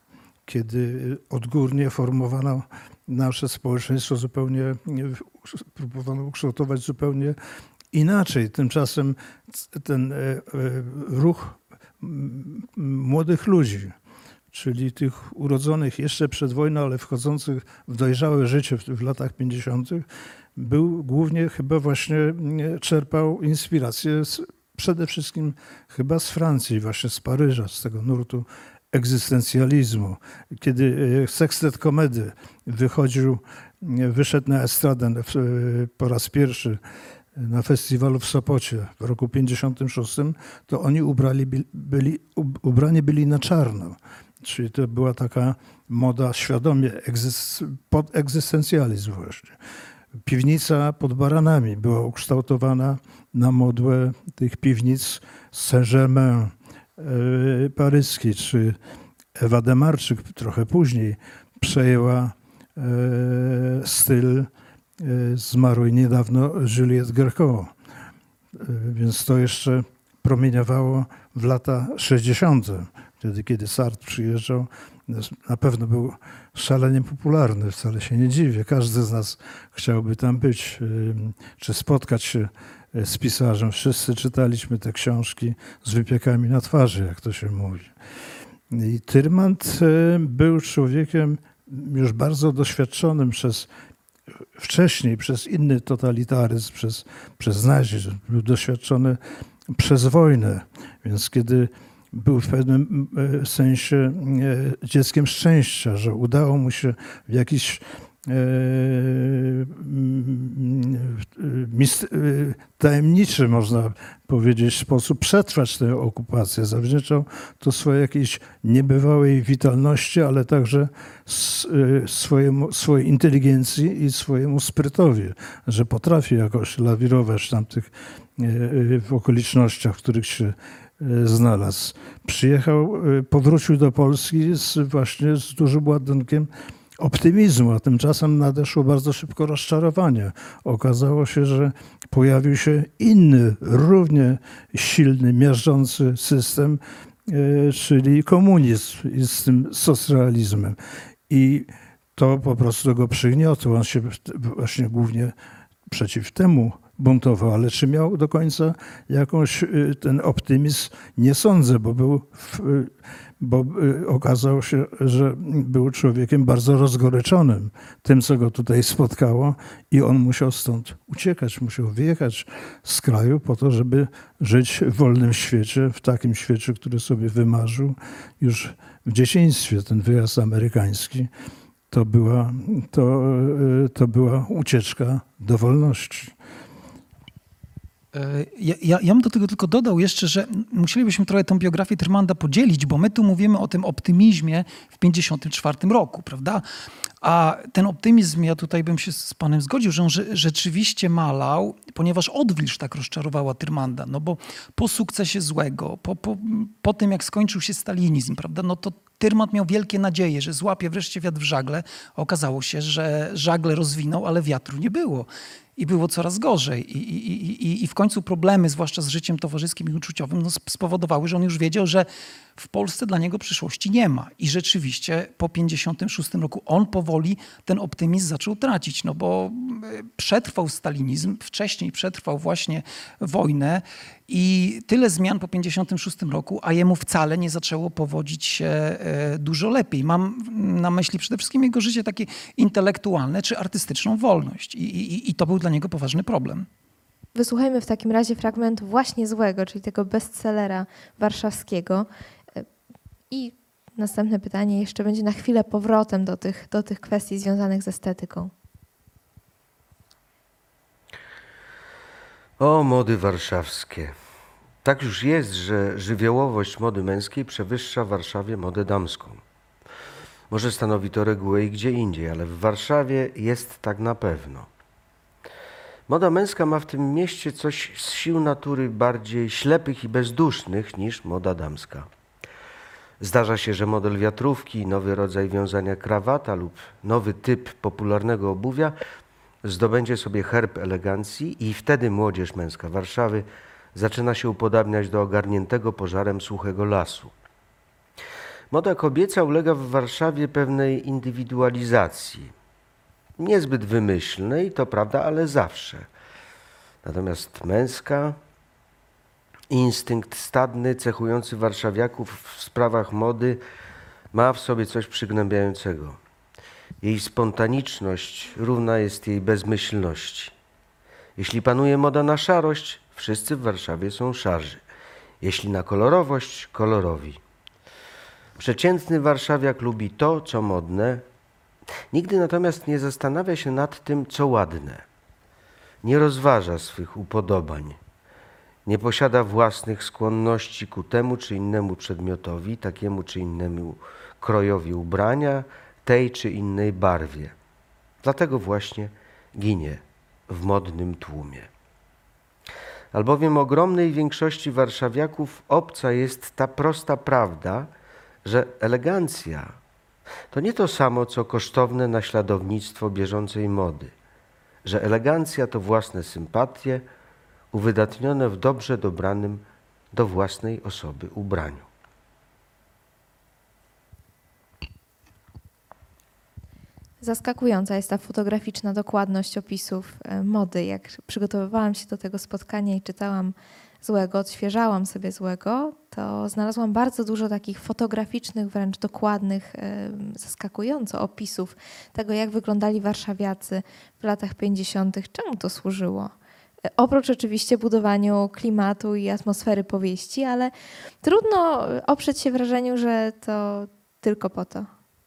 kiedy odgórnie formowano nasze społeczeństwo zupełnie, próbowano ukształtować zupełnie inaczej. Tymczasem ten e, e, ruch m, młodych ludzi, czyli tych urodzonych jeszcze przed wojną, ale wchodzących w dojrzałe życie w, w latach pięćdziesiątych, był głównie chyba właśnie mm, czerpał inspirację z, przede wszystkim chyba z Francji, właśnie z Paryża, z tego nurtu egzystencjalizmu. Kiedy e, Sekstet Komedy wychodził, e, wyszedł na estradę e, po raz pierwszy na festiwalu w Sopocie w roku pięćdziesiątym szóstym, to oni ubrali, byli, ubrani byli na czarno. Czyli to była taka moda świadomie egzys, pod egzystencjalizm właśnie. Piwnica pod Baranami była ukształtowana na modłę tych piwnic Saint-Germain e, paryskiej, czy Ewa Demarczyk trochę później przejęła e, styl e, zmarłej niedawno Juliette Greco. E, więc to jeszcze promieniowało w lata sześćdziesiąte. Wtedy, kiedy Sartre przyjeżdżał, na pewno był szalenie popularny, wcale się nie dziwię. Każdy z nas chciałby tam być, czy spotkać się z pisarzem. Wszyscy czytaliśmy te książki z wypiekami na twarzy, jak to się mówi. I Tyrmand był człowiekiem już bardzo doświadczonym przez wcześniej, przez inny totalitaryzm, przez, przez nazizm. Był doświadczony przez wojnę, więc kiedy był w pewnym sensie dzieckiem szczęścia, że udało mu się w jakiś tajemniczy, można powiedzieć, sposób przetrwać tę okupację. Zawdzięczał to swojej jakiejś niebywałej witalności, ale także swojemu, swojej inteligencji i swojemu sprytowi, że potrafi jakoś lawirować w tamtych w okolicznościach, w których się znalazł. Przyjechał, powrócił do Polski z, właśnie z dużym ładunkiem optymizmu, a tymczasem nadeszło bardzo szybko rozczarowanie. Okazało się, że pojawił się inny, równie silny, miażdżący system, czyli komunizm i z tym socrealizmem. I to po prostu go przygniotło. On się właśnie głównie przeciw temu buntował, ale czy miał do końca jakąś ten optymizm? Nie sądzę, bo był, bo okazało się, że był człowiekiem bardzo rozgoryczonym tym, co go tutaj spotkało i on musiał stąd uciekać, musiał wyjechać z kraju po to, żeby żyć w wolnym świecie, w takim świecie, który sobie wymarzył już w dzieciństwie. Ten wyjazd amerykański to była, to, to była ucieczka do wolności. Ja, ja, ja bym do tego tylko dodał jeszcze, że musielibyśmy trochę tę biografię Tyrmanda podzielić, bo my tu mówimy o tym optymizmie w pięćdziesiątym czwartym roku, prawda? A ten optymizm, ja tutaj bym się z panem zgodził, że on rzeczywiście malał, ponieważ odwilż tak rozczarowała Tyrmanda, no bo po sukcesie złego, po, po, po tym jak skończył się stalinizm, prawda, no to Tyrmand miał wielkie nadzieje, że złapie wreszcie wiatr w żagle. Okazało się, że żagle rozwinął, ale wiatru nie było. I było coraz gorzej. I, i, i, i w końcu problemy, zwłaszcza z życiem towarzyskim i uczuciowym, no spowodowały, że on już wiedział, że w Polsce dla niego przyszłości nie ma. I rzeczywiście po pięćdziesiątym szóstym roku on powoli ten optymizm zaczął tracić, no bo przetrwał stalinizm, wcześniej przetrwał właśnie wojnę i tyle zmian po pięćdziesiątym szóstym roku, a jemu wcale nie zaczęło powodzić się dużo lepiej. Mam na myśli przede wszystkim jego życie takie intelektualne czy artystyczną wolność. I, i, i to był dla niego poważny problem. Wysłuchajmy w takim razie fragmentu właśnie złego, czyli tego bestsellera warszawskiego. I następne pytanie jeszcze będzie na chwilę powrotem do tych, do tych kwestii związanych z estetyką. O, mody warszawskie. Tak już jest, że żywiołowość mody męskiej przewyższa w Warszawie modę damską. Może stanowi to regułę i gdzie indziej, ale w Warszawie jest tak na pewno. Moda męska ma w tym mieście coś z sił natury bardziej ślepych i bezdusznych niż moda damska. Zdarza się, że model wiatrówki, nowy rodzaj wiązania krawata lub nowy typ popularnego obuwia zdobędzie sobie herb elegancji i wtedy młodzież męska Warszawy zaczyna się upodabniać do ogarniętego pożarem suchego lasu. Moda kobieca ulega w Warszawie pewnej indywidualizacji. Niezbyt wymyślnej, to prawda, ale zawsze. Natomiast męska, instynkt stadny cechujący warszawiaków w sprawach mody ma w sobie coś przygnębiającego. Jej spontaniczność równa jest jej bezmyślności. Jeśli panuje moda na szarość, wszyscy w Warszawie są szarzy. Jeśli na kolorowość, kolorowi. Przeciętny warszawiak lubi to, co modne, nigdy natomiast nie zastanawia się nad tym, co ładne. Nie rozważa swych upodobań. Nie posiada własnych skłonności ku temu czy innemu przedmiotowi, takiemu czy innemu krojowi ubrania, tej czy innej barwie. Dlatego właśnie ginie w modnym tłumie. Albowiem ogromnej większości warszawiaków obca jest ta prosta prawda, że elegancja to nie to samo, co kosztowne naśladownictwo bieżącej mody, że elegancja to własne sympatie uwydatnione w dobrze dobranym do własnej osoby ubraniu. Zaskakująca jest ta fotograficzna dokładność opisów e, mody. Jak przygotowywałam się do tego spotkania i czytałam Złego, odświeżałam sobie Złego, to znalazłam bardzo dużo takich fotograficznych, wręcz dokładnych, e, zaskakująco opisów tego, jak wyglądali warszawiacy w latach pięćdziesiątych. Czemu to służyło? E, Oprócz oczywiście budowaniu klimatu i atmosfery powieści, ale trudno oprzeć się wrażeniu, że to tylko po to.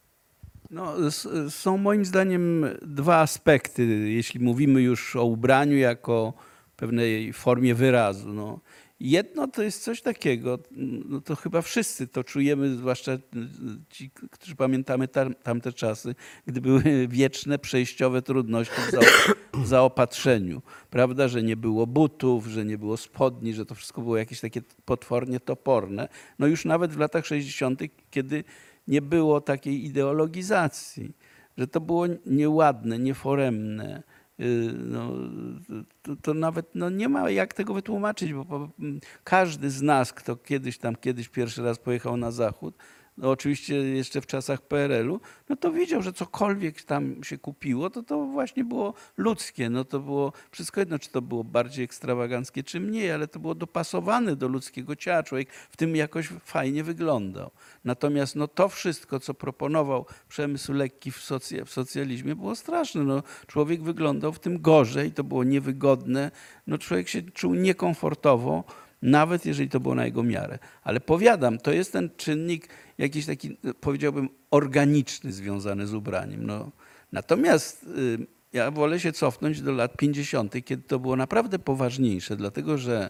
No, s- są moim zdaniem dwa aspekty, jeśli mówimy już o ubraniu jako pewnej formie wyrazu. No, jedno to jest coś takiego, no to chyba wszyscy to czujemy, zwłaszcza ci, którzy pamiętamy tam, tamte czasy, gdy były wieczne, przejściowe trudności w zao- w zaopatrzeniu. Prawda, że nie było butów, że nie było spodni, że to wszystko było jakieś takie potwornie toporne. No już nawet w latach sześćdziesiątych, kiedy nie było takiej ideologizacji, że to było nieładne, nieforemne. Yy, No, to, to nawet no, nie ma jak tego wytłumaczyć, bo po, każdy z nas, kto kiedyś tam kiedyś pierwszy raz pojechał na zachód, no oczywiście jeszcze w czasach P R L u, no to widział, że cokolwiek tam się kupiło, to to właśnie było ludzkie. No to było wszystko jedno, czy to było bardziej ekstrawaganckie, czy mniej, ale to było dopasowane do ludzkiego ciała. Człowiek w tym jakoś fajnie wyglądał. Natomiast no to wszystko, co proponował przemysł lekki w, socj- w socjalizmie, było straszne. No, człowiek wyglądał w tym gorzej, to było niewygodne. No, człowiek się czuł niekomfortowo, nawet jeżeli to było na jego miarę. Ale powiadam, to jest ten czynnik jakiś taki, powiedziałbym, organiczny związany z ubraniem. No, natomiast y, ja wolę się cofnąć do lat pięćdziesiątych, kiedy to było naprawdę poważniejsze, dlatego że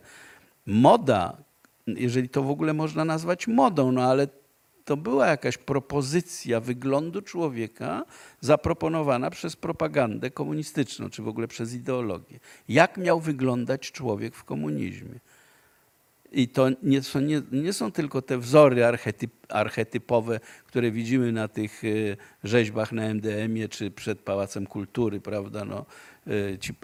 moda, jeżeli to w ogóle można nazwać modą, no ale to była jakaś propozycja wyglądu człowieka zaproponowana przez propagandę komunistyczną, czy w ogóle przez ideologię. Jak miał wyglądać człowiek w komunizmie? I to nie są, nie, nie są tylko te wzory archetyp, archetypowe, które widzimy na tych y, rzeźbach na M D M ie czy przed Pałacem Kultury, prawda? No, y, ci,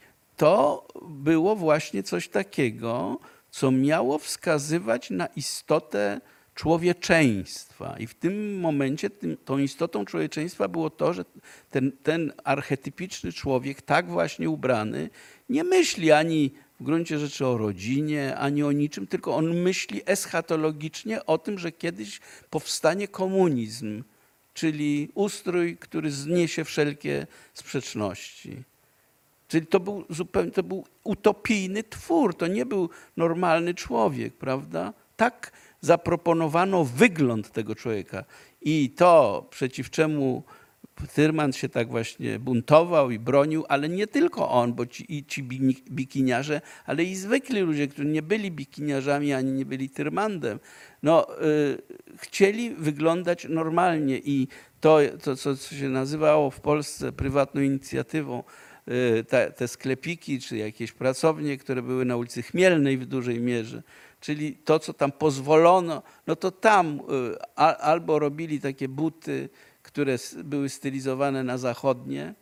to było właśnie coś takiego, co miało wskazywać na istotę człowieczeństwa. I w tym momencie tym, tą istotą człowieczeństwa było to, że ten, ten archetypiczny człowiek, tak właśnie ubrany, nie myśli ani w gruncie rzeczy o rodzinie, ani o niczym, tylko on myśli eschatologicznie o tym, że kiedyś powstanie komunizm, czyli ustrój, który zniesie wszelkie sprzeczności. Czyli to był zupełnie, to był utopijny twór, to nie był normalny człowiek, prawda? Tak zaproponowano wygląd tego człowieka. I to, przeciw czemu Tyrman się tak właśnie buntował i bronił, ale nie tylko on, bo ci, i ci bini- bikiniarze, ale i zwykli ludzie, którzy nie byli bikiniarzami ani nie byli Tyrmandem, no, y, chcieli wyglądać normalnie i to, to, co się nazywało w Polsce prywatną inicjatywą, y, te, te sklepiki czy jakieś pracownie, które były na ulicy Chmielnej w dużej mierze, czyli to, co tam pozwolono, no to tam y, a, albo robili takie buty, które były stylizowane na zachodnie,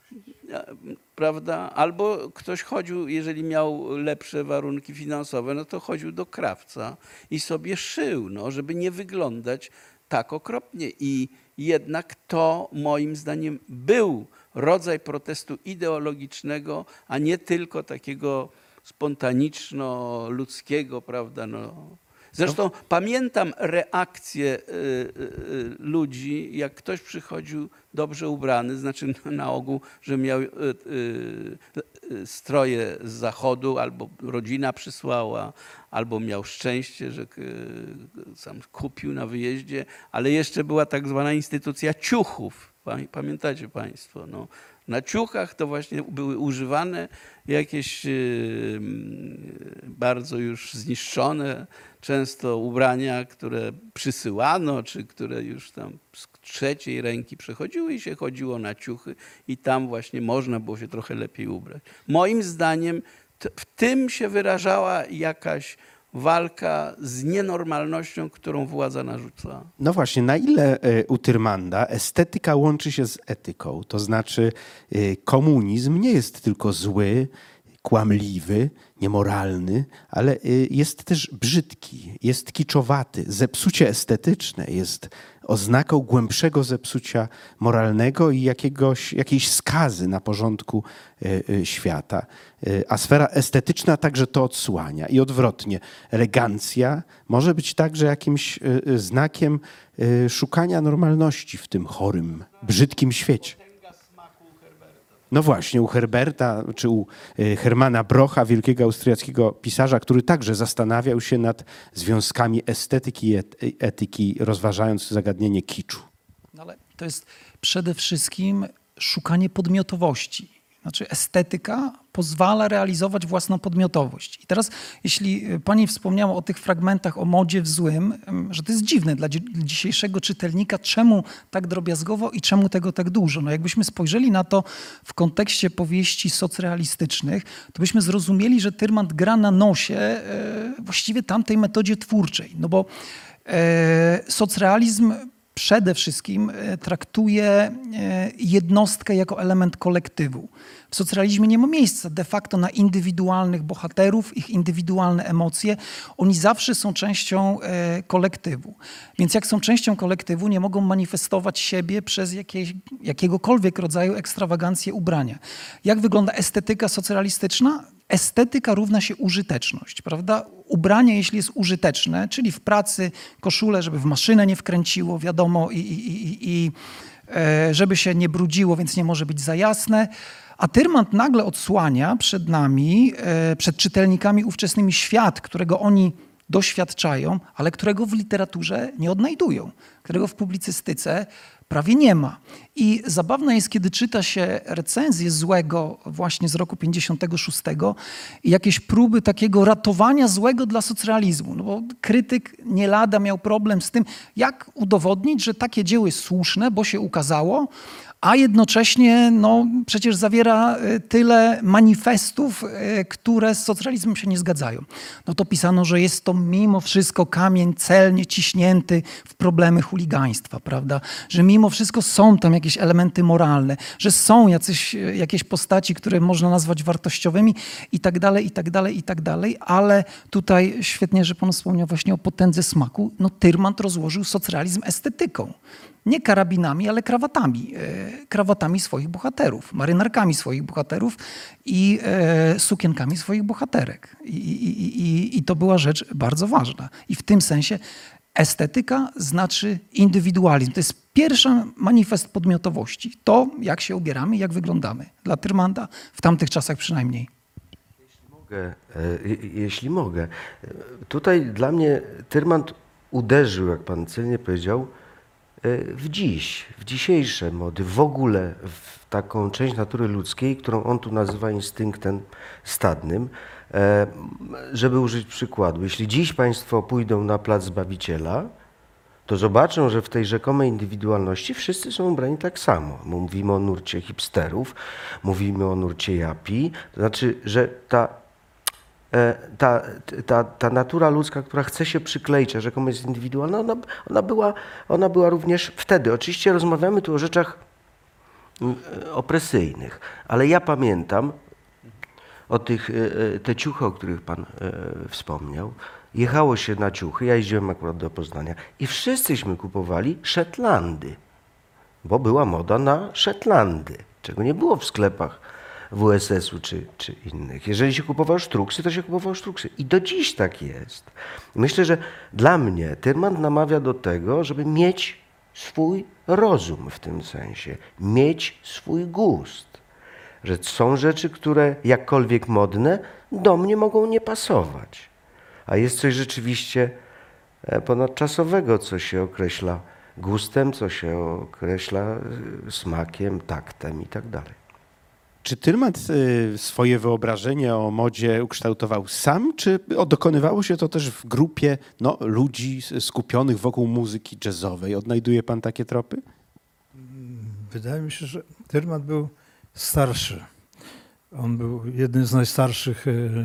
prawda? Albo ktoś chodził, jeżeli miał lepsze warunki finansowe, no to chodził do krawca i sobie szył, no, żeby nie wyglądać tak okropnie. I jednak to moim zdaniem był rodzaj protestu ideologicznego, a nie tylko takiego spontaniczno-ludzkiego, prawda? No. Zresztą no. pamiętam reakcję y, y, ludzi, jak ktoś przychodził dobrze ubrany, znaczy na ogół, że miał y, y, stroje z zachodu, albo rodzina przysłała, albo miał szczęście, że y, sam kupił na wyjeździe, ale jeszcze była tak zwana instytucja ciuchów. Pamiętacie Państwo? No. Na ciuchach to właśnie były używane jakieś y, bardzo już zniszczone często ubrania, które przysyłano, czy które już tam z trzeciej ręki przechodziły i się chodziło na ciuchy i tam właśnie można było się trochę lepiej ubrać. Moim zdaniem w tym się wyrażała jakaś walka z nienormalnością, którą władza narzucała. No właśnie, na ile e, u Tyrmanda estetyka łączy się z etyką? To znaczy e, komunizm nie jest tylko zły, kłamliwy, niemoralny, ale e, jest też brzydki, jest kiczowaty. Zepsucie estetyczne jest oznaką głębszego zepsucia moralnego i jakiegoś, jakiejś skazy na porządku e, e, świata. E, a sfera estetyczna także to odsłania. I odwrotnie, elegancja może być także jakimś e, e, znakiem e, szukania normalności w tym chorym, brzydkim świecie. No właśnie, u Herberta, czy u Hermana Brocha, wielkiego austriackiego pisarza, który także zastanawiał się nad związkami estetyki i etyki, rozważając zagadnienie kiczu. Ale to jest przede wszystkim szukanie podmiotowości. Znaczy estetyka pozwala realizować własną podmiotowość. I teraz, jeśli pani wspomniała o tych fragmentach o modzie w złym, że to jest dziwne dla dzisiejszego czytelnika, czemu tak drobiazgowo i czemu tego tak dużo. No jakbyśmy spojrzeli na to w kontekście powieści socrealistycznych, to byśmy zrozumieli, że Tyrmand gra na nosie właściwie tamtej metodzie twórczej. No bo socrealizm przede wszystkim traktuje jednostkę jako element kolektywu. W socrealizmie nie ma miejsca de facto na indywidualnych bohaterów, ich indywidualne emocje. Oni zawsze są częścią kolektywu. Więc jak są częścią kolektywu, nie mogą manifestować siebie przez jakieś, jakiegokolwiek rodzaju ekstrawagancję ubrania. Jak wygląda estetyka socrealistyczna? Estetyka równa się użyteczność, prawda? Ubranie, jeśli jest użyteczne, czyli w pracy koszulę, żeby w maszynę nie wkręciło, wiadomo, i, i, i, i e, żeby się nie brudziło, więc nie może być za jasne. A Tyrmand nagle odsłania przed nami, e, przed czytelnikami ówczesnymi świat, którego oni doświadczają, ale którego w literaturze nie odnajdują, którego w publicystyce prawie nie ma. I zabawne jest, kiedy czyta się recenzję Złego właśnie z roku pięćdziesiątego szóstego i jakieś próby takiego ratowania złego dla socrealizmu. No bo krytyk nie lada miał problem z tym, jak udowodnić, że takie dzieło jest słuszne, bo się ukazało, a jednocześnie no, przecież zawiera tyle manifestów, które z socrealizmem się nie zgadzają. No to pisano, że jest to mimo wszystko kamień celnie ciśnięty w problemy chuligaństwa, prawda? Że mimo wszystko są tam jakieś elementy moralne, że są jacyś, jakieś postaci, które można nazwać wartościowymi i tak dalej, i tak dalej, i tak dalej, ale tutaj świetnie, że pan wspomniał właśnie o potędze smaku. No Tyrmand rozłożył socrealizm estetyką. Nie karabinami, ale krawatami. Krawatami swoich bohaterów, marynarkami swoich bohaterów i e, sukienkami swoich bohaterek. I, i, i, I to była rzecz bardzo ważna. I w tym sensie estetyka znaczy indywidualizm. To jest pierwszy manifest podmiotowości. To, jak się ubieramy, jak wyglądamy. Dla Tyrmanda w tamtych czasach przynajmniej. Mogę, jeśli mogę. Tutaj dla mnie Tyrmand uderzył, jak pan celnie powiedział, w dziś, w dzisiejsze mody, w ogóle w taką część natury ludzkiej, którą on tu nazywa instynktem stadnym. Żeby użyć przykładu, jeśli dziś Państwo pójdą na plac Zbawiciela, to zobaczą, że w tej rzekomej indywidualności wszyscy są ubrani tak samo. Mówimy o nurcie hipsterów, mówimy o nurcie japi, to znaczy, że ta, ta, ta, ta natura ludzka, która chce się przykleić, a rzekomo jest indywidualna, ona, ona, była, ona była również wtedy. Oczywiście rozmawiamy tu o rzeczach opresyjnych, ale ja pamiętam o tych, te ciuchy, o których Pan wspomniał. Jechało się na ciuchy, ja jeździłem akurat do Poznania i wszyscyśmy kupowali Szetlandy, bo była moda na Szetlandy, czego nie było w sklepach W S S-u czy, czy innych. Jeżeli się kupowało sztruksy, to się kupowało sztruksy. I do dziś tak jest. Myślę, że dla mnie Tyrmand namawia do tego, żeby mieć swój rozum w tym sensie, mieć swój gust. Że są rzeczy, które jakkolwiek modne, do mnie mogą nie pasować. A jest coś rzeczywiście ponadczasowego, co się określa gustem, co się określa smakiem, taktem i tak dalej. Czy Tyrmand swoje wyobrażenie o modzie ukształtował sam, czy dokonywało się to też w grupie no, ludzi skupionych wokół muzyki jazzowej? Odnajduje Pan takie tropy? Wydaje mi się, że Tyrmand był starszy. On był jednym z najstarszych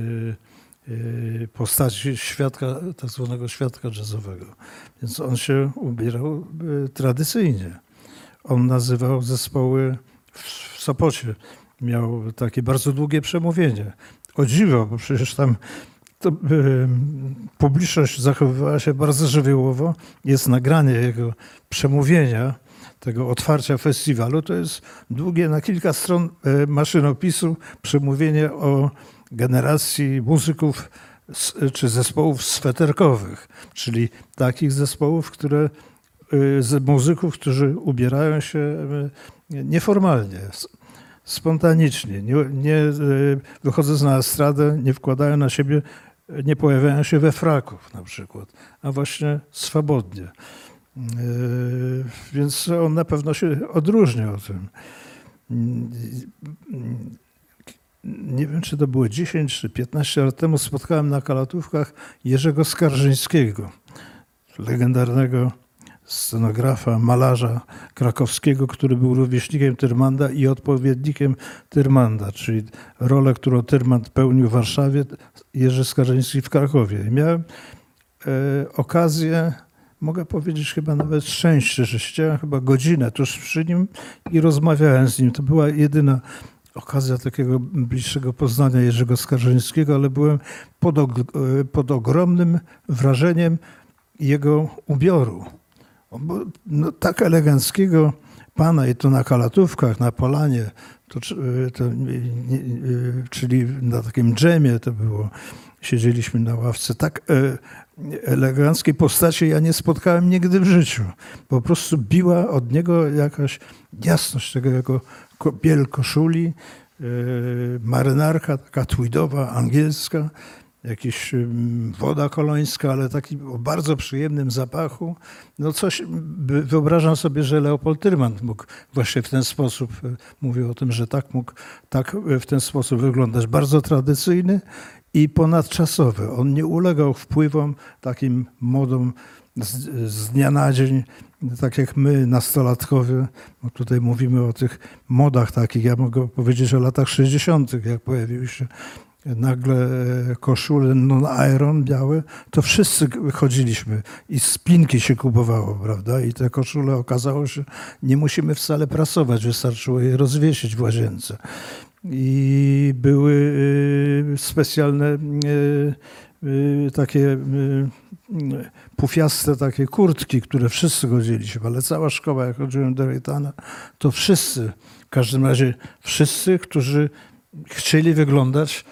postaci świadka, tak zwanego świadka jazzowego. Więc on się ubierał tradycyjnie. On nazywał zespoły w Sopocie. Miał takie bardzo długie przemówienie. O dziwo, bo przecież tam to, y, publiczność zachowywała się bardzo żywiołowo. Jest nagranie jego przemówienia, tego otwarcia festiwalu. To jest długie, na kilka stron y, maszynopisu, przemówienie o generacji muzyków z, czy zespołów sweterkowych, czyli takich zespołów, które y, z muzyków, którzy ubierają się y, nieformalnie, spontanicznie, nie, nie wychodząc na estradę, nie wkładają na siebie, nie pojawiają się we fraków na przykład, a właśnie swobodnie. Więc on na pewno się odróżnia o tym. Nie wiem, czy to było dziesięć czy piętnaście lat temu, spotkałem na Kalatówkach Jerzego Skarżyńskiego, legendarnego scenografa, malarza krakowskiego, który był rówieśnikiem Tyrmanda i odpowiednikiem Tyrmanda, czyli rolę, którą Tyrmand pełnił w Warszawie, Jerzy Skarżyński w Krakowie. I miałem e, okazję, mogę powiedzieć chyba nawet szczęście, że siedziałem chyba godzinę tuż przy nim i rozmawiałem z nim. To była jedyna okazja takiego bliższego poznania Jerzego Skarżyńskiego, ale byłem pod, pod ogromnym wrażeniem jego ubioru. No, tak eleganckiego pana i to na Kalatówkach, na Polanie, to, to, czyli na takim dżemie to było, siedzieliśmy na ławce, tak eleganckiej postaci ja nie spotkałem nigdy w życiu. Po prostu biła od niego jakaś jasność tego jego biel koszuli, marynarka taka tweedowa, angielska, jakaś woda kolońska, ale taki o bardzo przyjemnym zapachu. No coś, wyobrażam sobie, że Leopold Tyrmand mógł właśnie w ten sposób, mówię o tym, że tak mógł tak w ten sposób wyglądać. Bardzo tradycyjny i ponadczasowy. On nie ulegał wpływom takim modom z, z dnia na dzień, tak jak my, nastolatkowie. Bo tutaj mówimy o tych modach takich, ja mogę powiedzieć o latach sześćdziesiątych, jak pojawiły się nagle koszule non-iron białe, to wszyscy chodziliśmy i spinki się kupowało, prawda? I te koszule okazało się, nie musimy wcale prasować, wystarczyło je rozwiesić w łazience. I były specjalne takie pufiaste takie kurtki, które wszyscy chodziliśmy, ale cała szkoła, jak chodziłem do Rejtana, to wszyscy, w każdym razie wszyscy, którzy chcieli wyglądać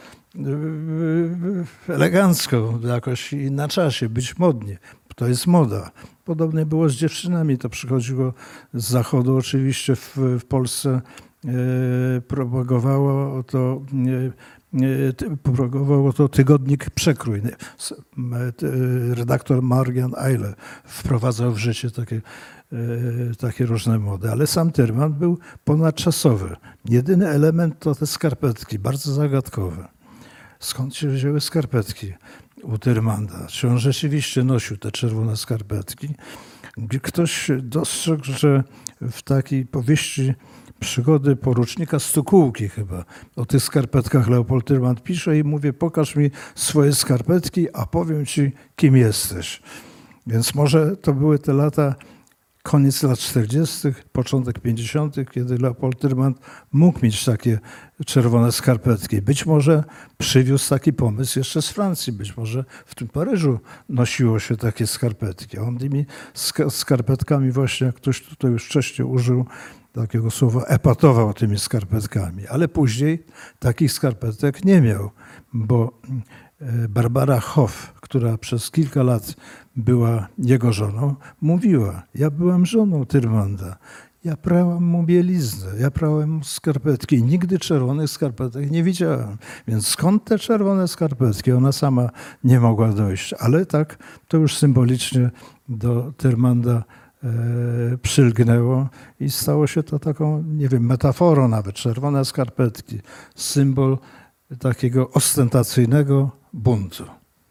elegancko, jakoś i na czasie, być modnie. To jest moda. Podobnie było z dziewczynami. To przychodziło z zachodu oczywiście w, w Polsce. E, propagowało to e, ty- propagował to tygodnik Przekrój. S- m- t- Redaktor Marian Eile wprowadzał w życie takie, e, takie różne mody, ale sam Tyrman był ponadczasowy. Jedyny element to te skarpetki, bardzo zagadkowe. Skąd się wzięły skarpetki u Tyrmanda? Czy on rzeczywiście nosił te czerwone skarpetki? Ktoś dostrzegł, że w takiej powieści Przygody porucznika Stukułki chyba o tych skarpetkach Leopold Tyrmand pisze i mówi: pokaż mi swoje skarpetki, a powiem ci, kim jesteś. Więc może to były te lata, koniec lat czterdziestych, początek pięćdziesiątych, kiedy Leopold Tyrmand mógł mieć takie czerwone skarpetki. Być może przywiózł taki pomysł jeszcze z Francji, być może w tym Paryżu nosiło się takie skarpetki. On tymi ska- skarpetkami właśnie, jak ktoś tutaj już wcześniej użył takiego słowa, epatował tymi skarpetkami. Ale później takich skarpetek nie miał, bo Barbara Hoff, która przez kilka lat była jego żoną, mówiła: ja byłam żoną Tyrmanda, ja prałam mu bieliznę, ja prałem mu skarpetki i nigdy czerwonych skarpetek nie widziałam. Więc skąd te czerwone skarpetki? Ona sama nie mogła dojść, ale tak to już symbolicznie do Tyrmanda e, przylgnęło i stało się to taką, nie wiem, metaforą nawet. Czerwone skarpetki, symbol takiego ostentacyjnego buntu.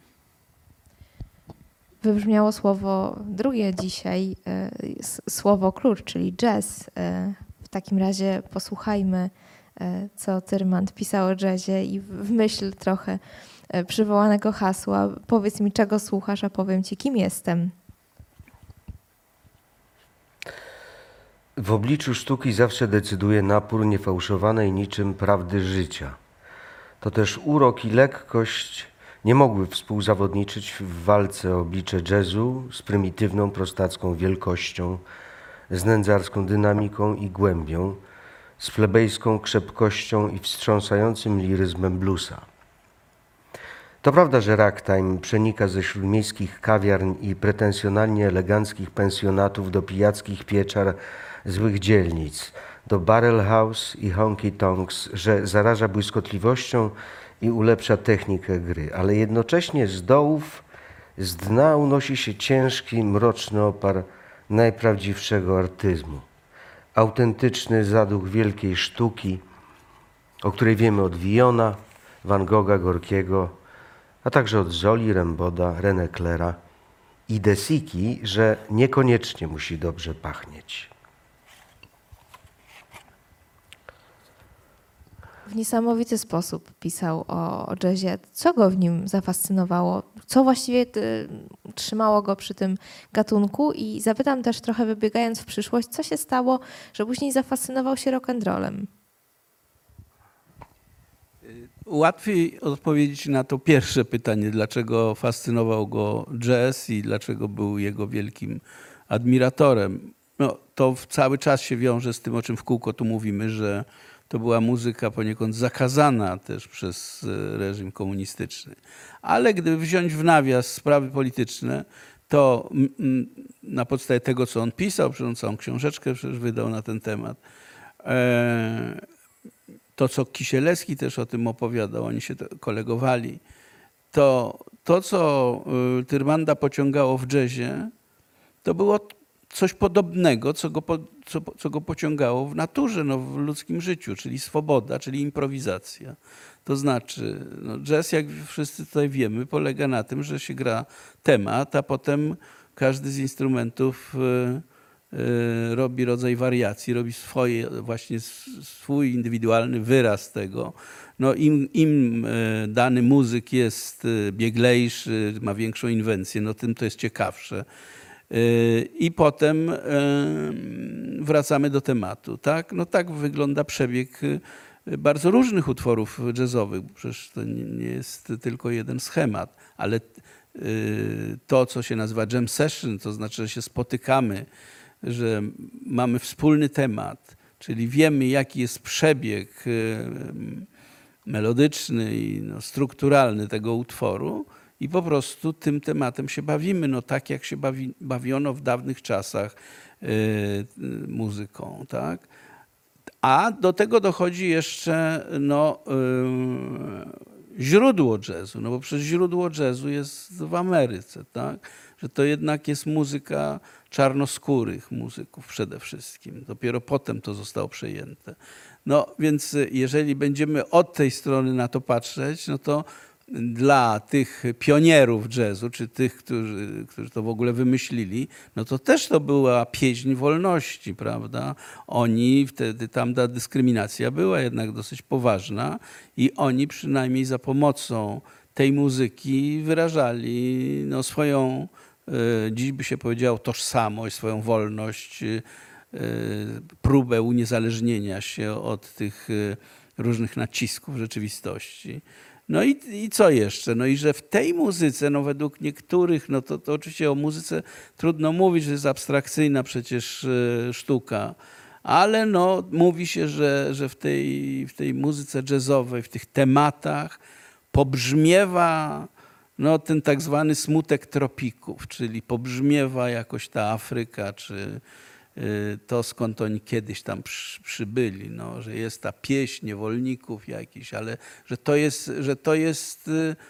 Wybrzmiało słowo drugie dzisiaj, e, s- słowo klucz, czyli jazz. E, W takim razie posłuchajmy, e, co Tyrmand pisał o jazzie i w w myśl trochę e, przywołanego hasła: powiedz mi, czego słuchasz, a powiem ci, kim jestem. W obliczu sztuki zawsze decyduje napór niefałszowanej niczym prawdy życia. To też urok i lekkość nie mogły współzawodniczyć w walce o oblicze jazzu z prymitywną prostacką wielkością, z nędzarską dynamiką i głębią, z plebejską krzepkością i wstrząsającym liryzmem bluesa. To prawda, że ragtime przenika ze śródmiejskich kawiarn i pretensjonalnie eleganckich pensjonatów do pijackich pieczar złych dzielnic, do barrel house i honky tonks, że zaraża błyskotliwością i ulepsza technikę gry, ale jednocześnie z dołów, z dna unosi się ciężki, mroczny opar najprawdziwszego artyzmu. Autentyczny zaduch wielkiej sztuki, o której wiemy od Villona, Van Gogha, Gorkiego, a także od Zoli, Remboda, René Claira i De Sicky, że niekoniecznie musi dobrze pachnieć. W niesamowity sposób pisał o, o jazzie. Co go w nim zafascynowało? Co właściwie y, trzymało go przy tym gatunku? I zapytam też trochę, wybiegając w przyszłość, co się stało, że później zafascynował się rock'n'rollem? Łatwiej odpowiedzieć na to pierwsze pytanie, dlaczego fascynował go jazz i dlaczego był jego wielkim admiratorem. No, to cały czas się wiąże z tym, o czym w kółko tu mówimy, że to była muzyka poniekąd zakazana też przez reżim komunistyczny. Ale gdyby wziąć w nawias sprawy polityczne, to na podstawie tego, co on pisał, przecież całą książeczkę przecież wydał na ten temat, to, co Kisielewski też o tym opowiadał, oni się kolegowali, to to, co Tyrmanda pociągało w jazzie, to było coś podobnego, co go, po, co, co go pociągało w naturze, no, w ludzkim życiu, czyli swoboda, czyli improwizacja. To znaczy, no, jazz, jak wszyscy tutaj wiemy, polega na tym, że się gra temat, a potem każdy z instrumentów y, y, robi rodzaj wariacji, robi swoje, właśnie swój indywidualny wyraz tego. No, im, im dany muzyk jest bieglejszy, ma większą inwencję, no tym to jest ciekawsze. I potem wracamy do tematu. Tak? No tak wygląda przebieg bardzo różnych utworów jazzowych, bo przecież to nie jest tylko jeden schemat, ale to, co się nazywa jam session, to znaczy, że się spotykamy, że mamy wspólny temat, czyli wiemy, jaki jest przebieg melodyczny i no, strukturalny tego utworu, i po prostu tym tematem się bawimy, no tak jak się bawi, bawiono w dawnych czasach yy, muzyką, tak? A do tego dochodzi jeszcze no, yy, źródło jazzu, no bo przecież źródło jazzu jest w Ameryce, tak? Że to jednak jest muzyka czarnoskórych muzyków przede wszystkim. Dopiero potem to zostało przejęte. No więc jeżeli będziemy od tej strony na to patrzeć, no to dla tych pionierów jazzu, czy tych, którzy, którzy to w ogóle wymyślili, no to też to była pieśń wolności, prawda? Oni wtedy, tam ta dyskryminacja była jednak dosyć poważna i oni przynajmniej za pomocą tej muzyki wyrażali no, swoją, dziś by się powiedziało, tożsamość, swoją wolność, próbę uniezależnienia się od tych różnych nacisków rzeczywistości. No i, i co jeszcze? No i że w tej muzyce, no według niektórych, no to, to oczywiście o muzyce trudno mówić, że jest abstrakcyjna przecież sztuka, ale no mówi się, że, że w, tej, w tej muzyce jazzowej, w tych tematach pobrzmiewa no, ten tak zwany smutek tropików, czyli pobrzmiewa jakoś ta Afryka, czy to skąd oni kiedyś tam przybyli, no, że jest ta pieśń niewolników jakiś, ale że to jest, że to jest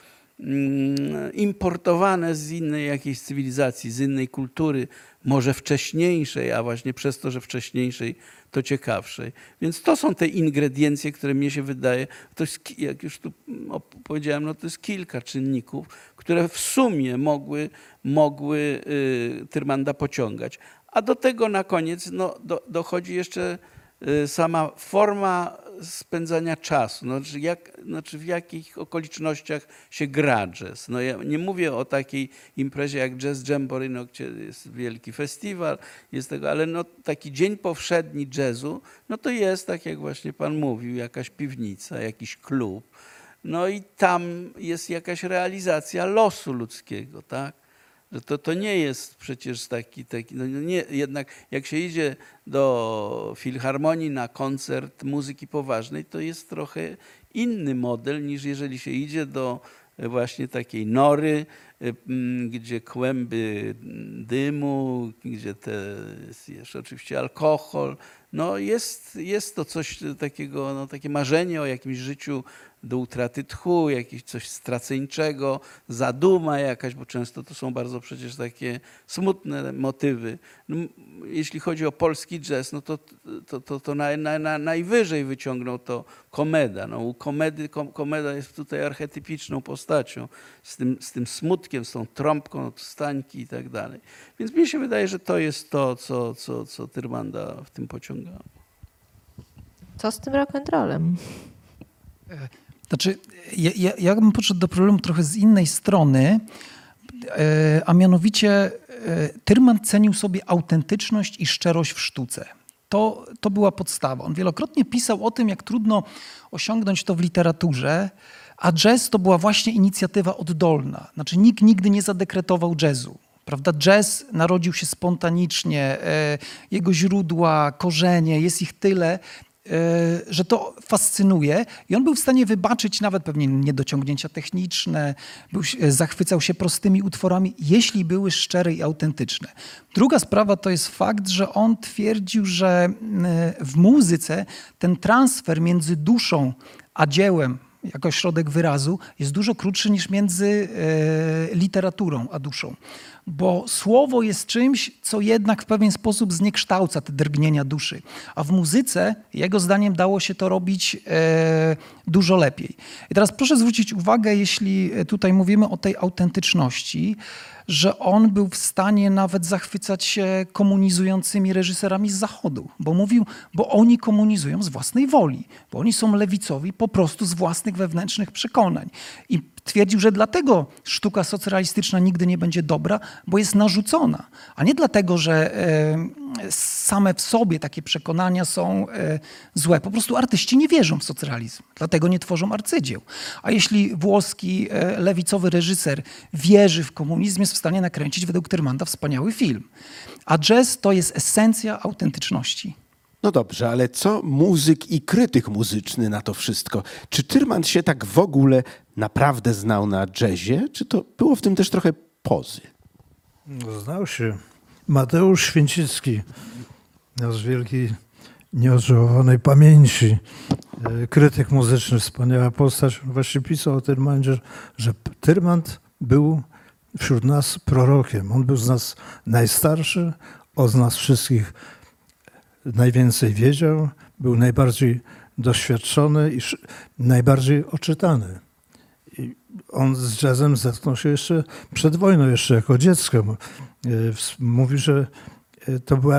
importowane z innej jakiejś cywilizacji, z innej kultury, może wcześniejszej, a właśnie przez to, że wcześniejszej, to ciekawszej. Więc to są te ingrediencje, które mnie się wydaje, to jest, jak już tu powiedziałem, no to jest kilka czynników, które w sumie mogły, mogły Tyrmanda pociągać. A do tego na koniec no, do, dochodzi jeszcze y, sama forma spędzania czasu. No, czy jak, znaczy w jakich okolicznościach się gra jazz. No, ja nie mówię o takiej imprezie jak Jazz Jamboree, no, gdzie jest wielki festiwal, jest tego, ale no, taki dzień powszedni jazzu, no to jest, tak jak właśnie pan mówił, jakaś piwnica, jakiś klub. No i tam jest jakaś realizacja losu ludzkiego, tak? Że to, to nie jest przecież taki, taki no nie, jednak jak się idzie do filharmonii na koncert muzyki poważnej, to jest trochę inny model niż jeżeli się idzie do właśnie takiej nory, gdzie kłęby dymu, gdzie te, jest jeszcze oczywiście alkohol. No jest, jest to coś takiego, no takie marzenie o jakimś życiu do utraty tchu, jakieś coś straceńczego, zaduma jakaś, bo często to są bardzo przecież takie smutne motywy. No, jeśli chodzi o polski jazz, no to, to, to, to na, na, na najwyżej wyciągnął to Komeda. No, u Komedy, Komeda jest tutaj archetypiczną postacią, z tym, z tym smutkiem, z tą trąbką, stańki i tak dalej. Więc mi się wydaje, że to jest to, co, co, co Tyrmanda w tym pociąga. Co z tym rock'n'rollem? Znaczy, ja, ja, ja bym podszedł do problemu trochę z innej strony, a mianowicie Tyrman cenił sobie autentyczność i szczerość w sztuce. To, to była podstawa. On wielokrotnie pisał o tym, jak trudno osiągnąć to w literaturze, a jazz to była właśnie inicjatywa oddolna. Znaczy nikt nigdy nie zadekretował jazzu. Prawda? Jazz narodził się spontanicznie, jego źródła, korzenie, jest ich tyle, że to fascynuje i on był w stanie wybaczyć nawet pewnie niedociągnięcia techniczne, był, zachwycał się prostymi utworami, jeśli były szczere i autentyczne. Druga sprawa to jest fakt, że on twierdził, że w muzyce ten transfer między duszą a dziełem jako środek wyrazu jest dużo krótszy niż między e, literaturą a duszą. Bo słowo jest czymś, co jednak w pewien sposób zniekształca te drgnienia duszy. A w muzyce, jego zdaniem, dało się to robić e, dużo lepiej. I teraz proszę zwrócić uwagę, jeśli tutaj mówimy o tej autentyczności, że on był w stanie nawet zachwycać się komunizującymi reżyserami z Zachodu. Bo mówił, bo oni komunizują z własnej woli. Bo oni są lewicowi po prostu z własnych wewnętrznych przekonań. I twierdził, że dlatego sztuka socrealistyczna nigdy nie będzie dobra, bo jest narzucona. A nie dlatego, że e, same w sobie takie przekonania są e, złe. Po prostu artyści nie wierzą w socrealizm. Dlatego nie tworzą arcydzieł. A jeśli włoski e, lewicowy reżyser wierzy w komunizm, jest w stanie nakręcić według Tyrmanda wspaniały film. A jazz to jest esencja autentyczności. No dobrze, ale co muzyk i krytyk muzyczny na to wszystko? Czy Tyrman się tak w ogóle naprawdę znał na jazzie, czy to było w tym też trochę pozy? No, znał się. Mateusz Święcicki, nasz wielki nieodżałowanej pamięci. Krytyk muzyczny, wspaniała postać, właśnie pisał o Tyrmandzie, że Tyrmand był wśród nas prorokiem. On był z nas najstarszy, od nas wszystkich najwięcej wiedział, był najbardziej doświadczony i najbardziej oczytany. I on z jazzem zetknął się jeszcze przed wojną, jeszcze jako dziecko. Mówi, że to była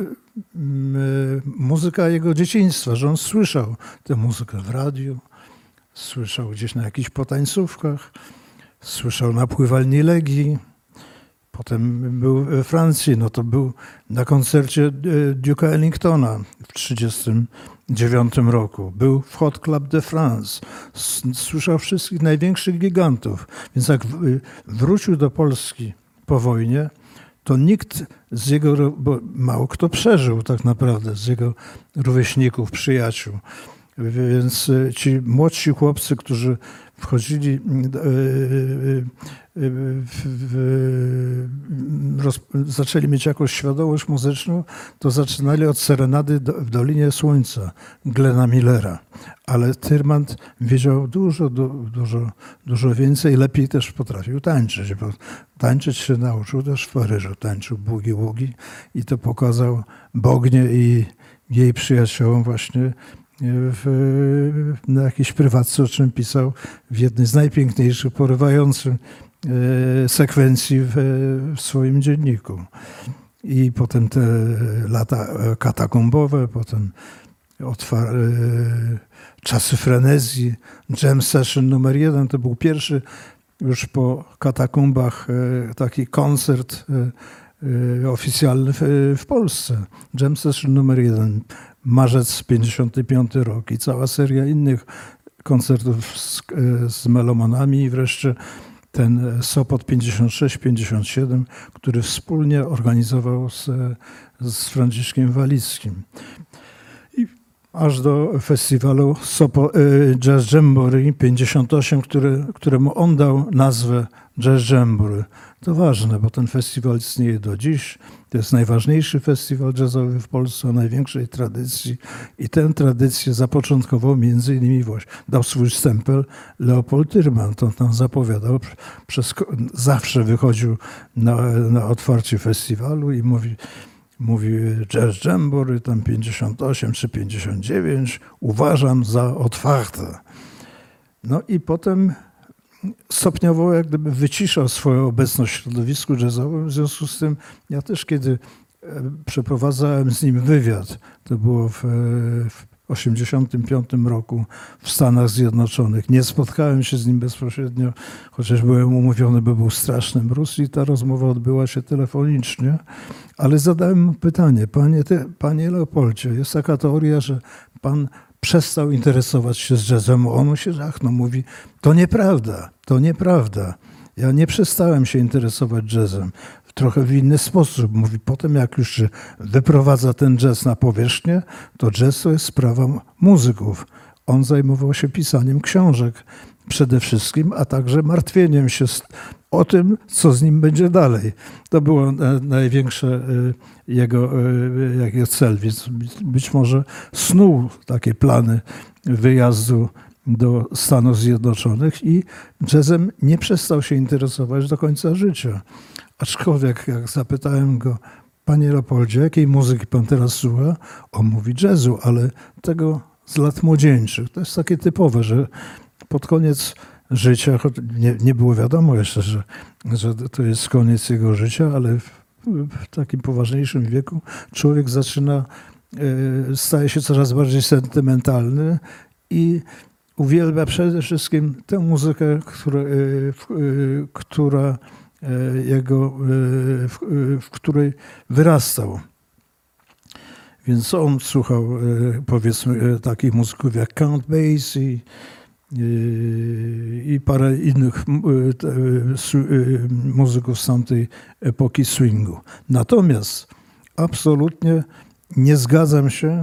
muzyka jego dzieciństwa, że on słyszał tę muzykę w radiu, słyszał gdzieś na jakichś potańcówkach, słyszał na pływalni Legii. Potem był we Francji, no to był na koncercie Duke'a Ellingtona w tysiąc dziewięćset trzydziestym dziewiątym roku. Był w Hot Club de France. Słyszał wszystkich największych gigantów. Więc jak wrócił do Polski po wojnie, to nikt z jego, bo mało kto przeżył tak naprawdę, z jego rówieśników, przyjaciół. Więc ci młodsi chłopcy, którzy wchodzili, w, w, roz, zaczęli mieć jakąś świadomość muzyczną, to zaczynali od serenady do, w Dolinie Słońca Glena Millera. Ale Tyrmand wiedział dużo, du, dużo, dużo więcej, lepiej też potrafił tańczyć, bo tańczyć się nauczył też w Paryżu, tańczył boogie-woogie i to pokazał Bognie i jej przyjaciołom właśnie w, na jakiejś prywatce, o czym pisał w jednej z najpiękniejszych, porywających e, sekwencji w, w swoim dzienniku. I potem te lata katakombowe, potem otwar- e, czasy frenezji, Jam Session numer jeden, to był pierwszy już po katakombach e, taki koncert e, oficjalny w, w Polsce. Jam Session numer jeden. Marzec pięćdziesiąty piąty rok i cała seria innych koncertów z, z melomanami i wreszcie ten Sopot pięćdziesiąt sześć pięćdziesiąt siedem, który wspólnie organizował z, z Franciszkiem Walickim. I aż do festiwalu Sopo, Jazz Jamboree pięćdziesiąt osiem, który, któremu on dał nazwę Jazz Jamboree. To ważne, bo ten festiwal istnieje do dziś. To jest najważniejszy festiwal jazzowy w Polsce o największej tradycji i tę tradycję zapoczątkował między innymi właśnie, dał swój stempel Leopold Tyrmand. On tam zapowiadał, przez, zawsze wychodził na, na otwarcie festiwalu i mówi, mówi Jazz Jamboree, tam pięćdziesiąt osiem czy pięćdziesiąt dziewięć, uważam za otwarte. No i potem stopniowo jak gdyby wyciszał swoją obecność w środowisku jazzowym. W związku z tym ja też, kiedy przeprowadzałem z nim wywiad, to było w, w osiemdziesiątym piątym roku w Stanach Zjednoczonych. Nie spotkałem się z nim bezpośrednio, chociaż byłem umówiony, bo był straszny mróz i ta rozmowa odbyła się telefonicznie, ale zadałem mu pytanie: Panie, ty, panie Leopoldzie, jest taka teoria, że pan przestał interesować się z jazzem. On się żachnął, mówi, to nieprawda, to nieprawda. Ja nie przestałem się interesować jazzem. Trochę w inny sposób. Mówi, potem jak już się wyprowadza ten jazz na powierzchnię, to jazz to jest sprawa muzyków. On zajmował się pisaniem książek przede wszystkim, a także martwieniem się o tym, co z nim będzie dalej. To było największe jego, jego cel, więc być może snuł takie plany wyjazdu do Stanów Zjednoczonych i jazzem nie przestał się interesować do końca życia. Aczkolwiek jak zapytałem go, panie Leopoldzie, jakiej muzyki pan teraz słucha? On mówi jazzu, ale tego z lat młodzieńczych. To jest takie typowe, że pod koniec życia, choć nie, nie było wiadomo jeszcze, że, że to jest koniec jego życia, ale w, w takim poważniejszym wieku człowiek zaczyna, staje się coraz bardziej sentymentalny i uwielbia przede wszystkim tę muzykę, która, która jego, w, w której wyrastał. Więc on słuchał, powiedzmy, takich muzyków jak Count Basie i parę innych muzyków z tamtej epoki swingu. Natomiast absolutnie nie zgadzam się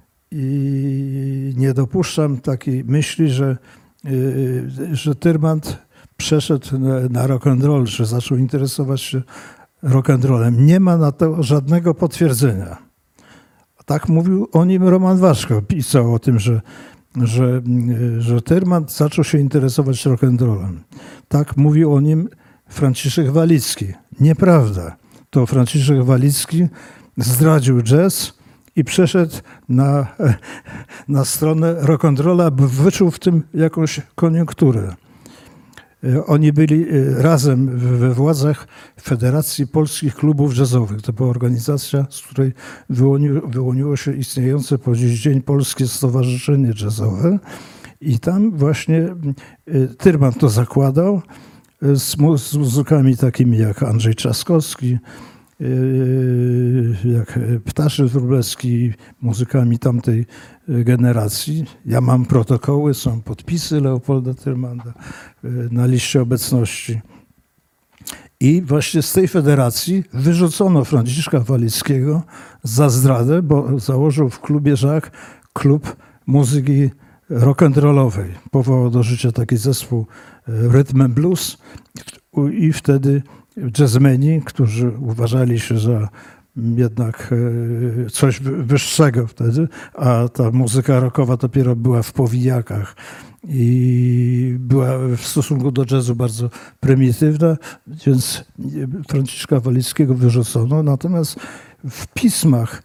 i nie dopuszczam takiej myśli, że, że Tyrmand przeszedł na, na rock and roll, że zaczął interesować się rock and rollem. Nie ma na to żadnego potwierdzenia. Tak mówił o nim Roman Waszko. Pisał o tym, że, że, że Tyrman zaczął się interesować rock'n'rollem. Tak mówił o nim Franciszek Walicki. Nieprawda. To Franciszek Walicki zdradził jazz i przeszedł na, na stronę rock'n'rolla, by wyczuł w tym jakąś koniunkturę. Oni byli razem we władzach Federacji Polskich Klubów Jazzowych. To była organizacja, z której wyłoniło, wyłoniło się istniejące po dziś dzień Polskie Stowarzyszenie Jazzowe. I tam właśnie Tyrman to zakładał z, mu, z muzykami takimi jak Andrzej Trzaskowski, jak Ptaszy Wróblewski, muzykami tamtej generacji. Ja mam protokoły, są podpisy Leopolda Tyrmanda na liście obecności. I właśnie z tej federacji wyrzucono Franciszka Walickiego za zdradę, bo założył w klubie Żak klub muzyki rock'n'rollowej. Powołał do życia taki zespół Rhythm and Blues i wtedy jazzmeni, którzy uważali się za jednak coś wyższego wtedy, a ta muzyka rockowa dopiero była w powijakach i była w stosunku do jazzu bardzo prymitywna, więc Franciszka Walickiego wyrzucono. Natomiast w pismach,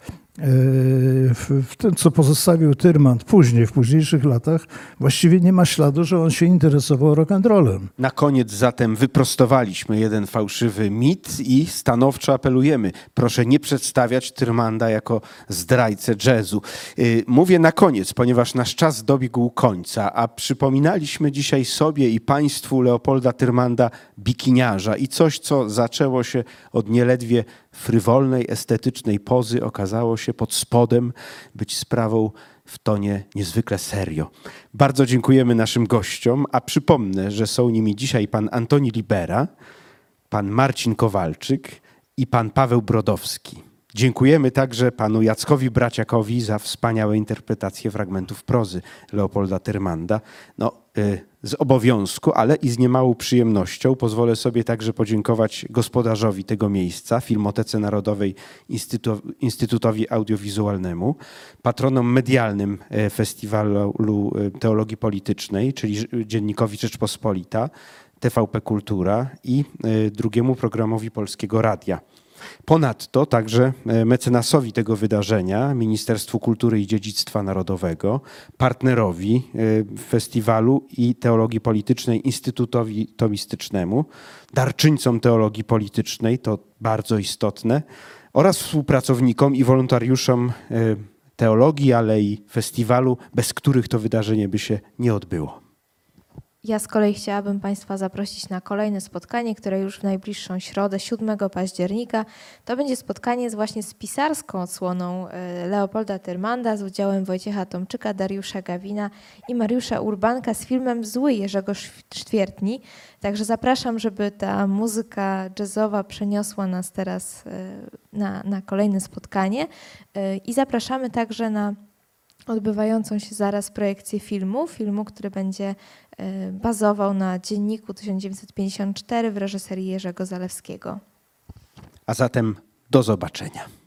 w tym, co pozostawił Tyrman później, w późniejszych latach, właściwie nie ma śladu, że on się interesował rock'n'rollem. Na koniec zatem wyprostowaliśmy jeden fałszywy mit i stanowczo apelujemy. Proszę nie przedstawiać Tyrmanda jako zdrajcę jazzu. Mówię na koniec, ponieważ nasz czas dobiegł końca, a przypominaliśmy dzisiaj sobie i państwu Leopolda Tyrmanda bikiniarza i coś, co zaczęło się od nieledwie frywolnej, estetycznej pozy, okazało się pod spodem być sprawą w tonie niezwykle serio. Bardzo dziękujemy naszym gościom, a przypomnę, że są nimi dzisiaj pan Antoni Libera, pan Marcin Kowalczyk i pan Paweł Brodowski. Dziękujemy także panu Jackowi Braciakowi za wspaniałe interpretacje fragmentów prozy Leopolda Tyrmanda. No, y, z obowiązku, ale i z niemałą przyjemnością pozwolę sobie także podziękować gospodarzowi tego miejsca, Filmotece Narodowej, Instytu, Instytutowi Audiowizualnemu, patronom medialnym Festiwalu Teologii Politycznej, czyli Dziennikowi Rzeczpospolita, T V P Kultura i drugiemu programowi Polskiego Radia. Ponadto także mecenasowi tego wydarzenia, Ministerstwu Kultury i Dziedzictwa Narodowego, partnerowi festiwalu i teologii politycznej Instytutowi Tomistycznemu, darczyńcom teologii politycznej, to bardzo istotne, oraz współpracownikom i wolontariuszom teologii, ale i festiwalu, bez których to wydarzenie by się nie odbyło. Ja z kolei chciałabym Państwa zaprosić na kolejne spotkanie, które już w najbliższą środę, siódmego października. To będzie spotkanie z właśnie z pisarską odsłoną Leopolda Tyrmanda z udziałem Wojciecha Tomczyka, Dariusza Gawina i Mariusza Urbanka z filmem Zły Jerzego Sztwiertni. Także zapraszam, żeby ta muzyka jazzowa przeniosła nas teraz na, na kolejne spotkanie i zapraszamy także na odbywającą się zaraz projekcję filmu, filmu, który będzie bazował na Dzienniku tysiąc dziewięćset pięćdziesiąt cztery w reżyserii Jerzego Zalewskiego. A zatem do zobaczenia.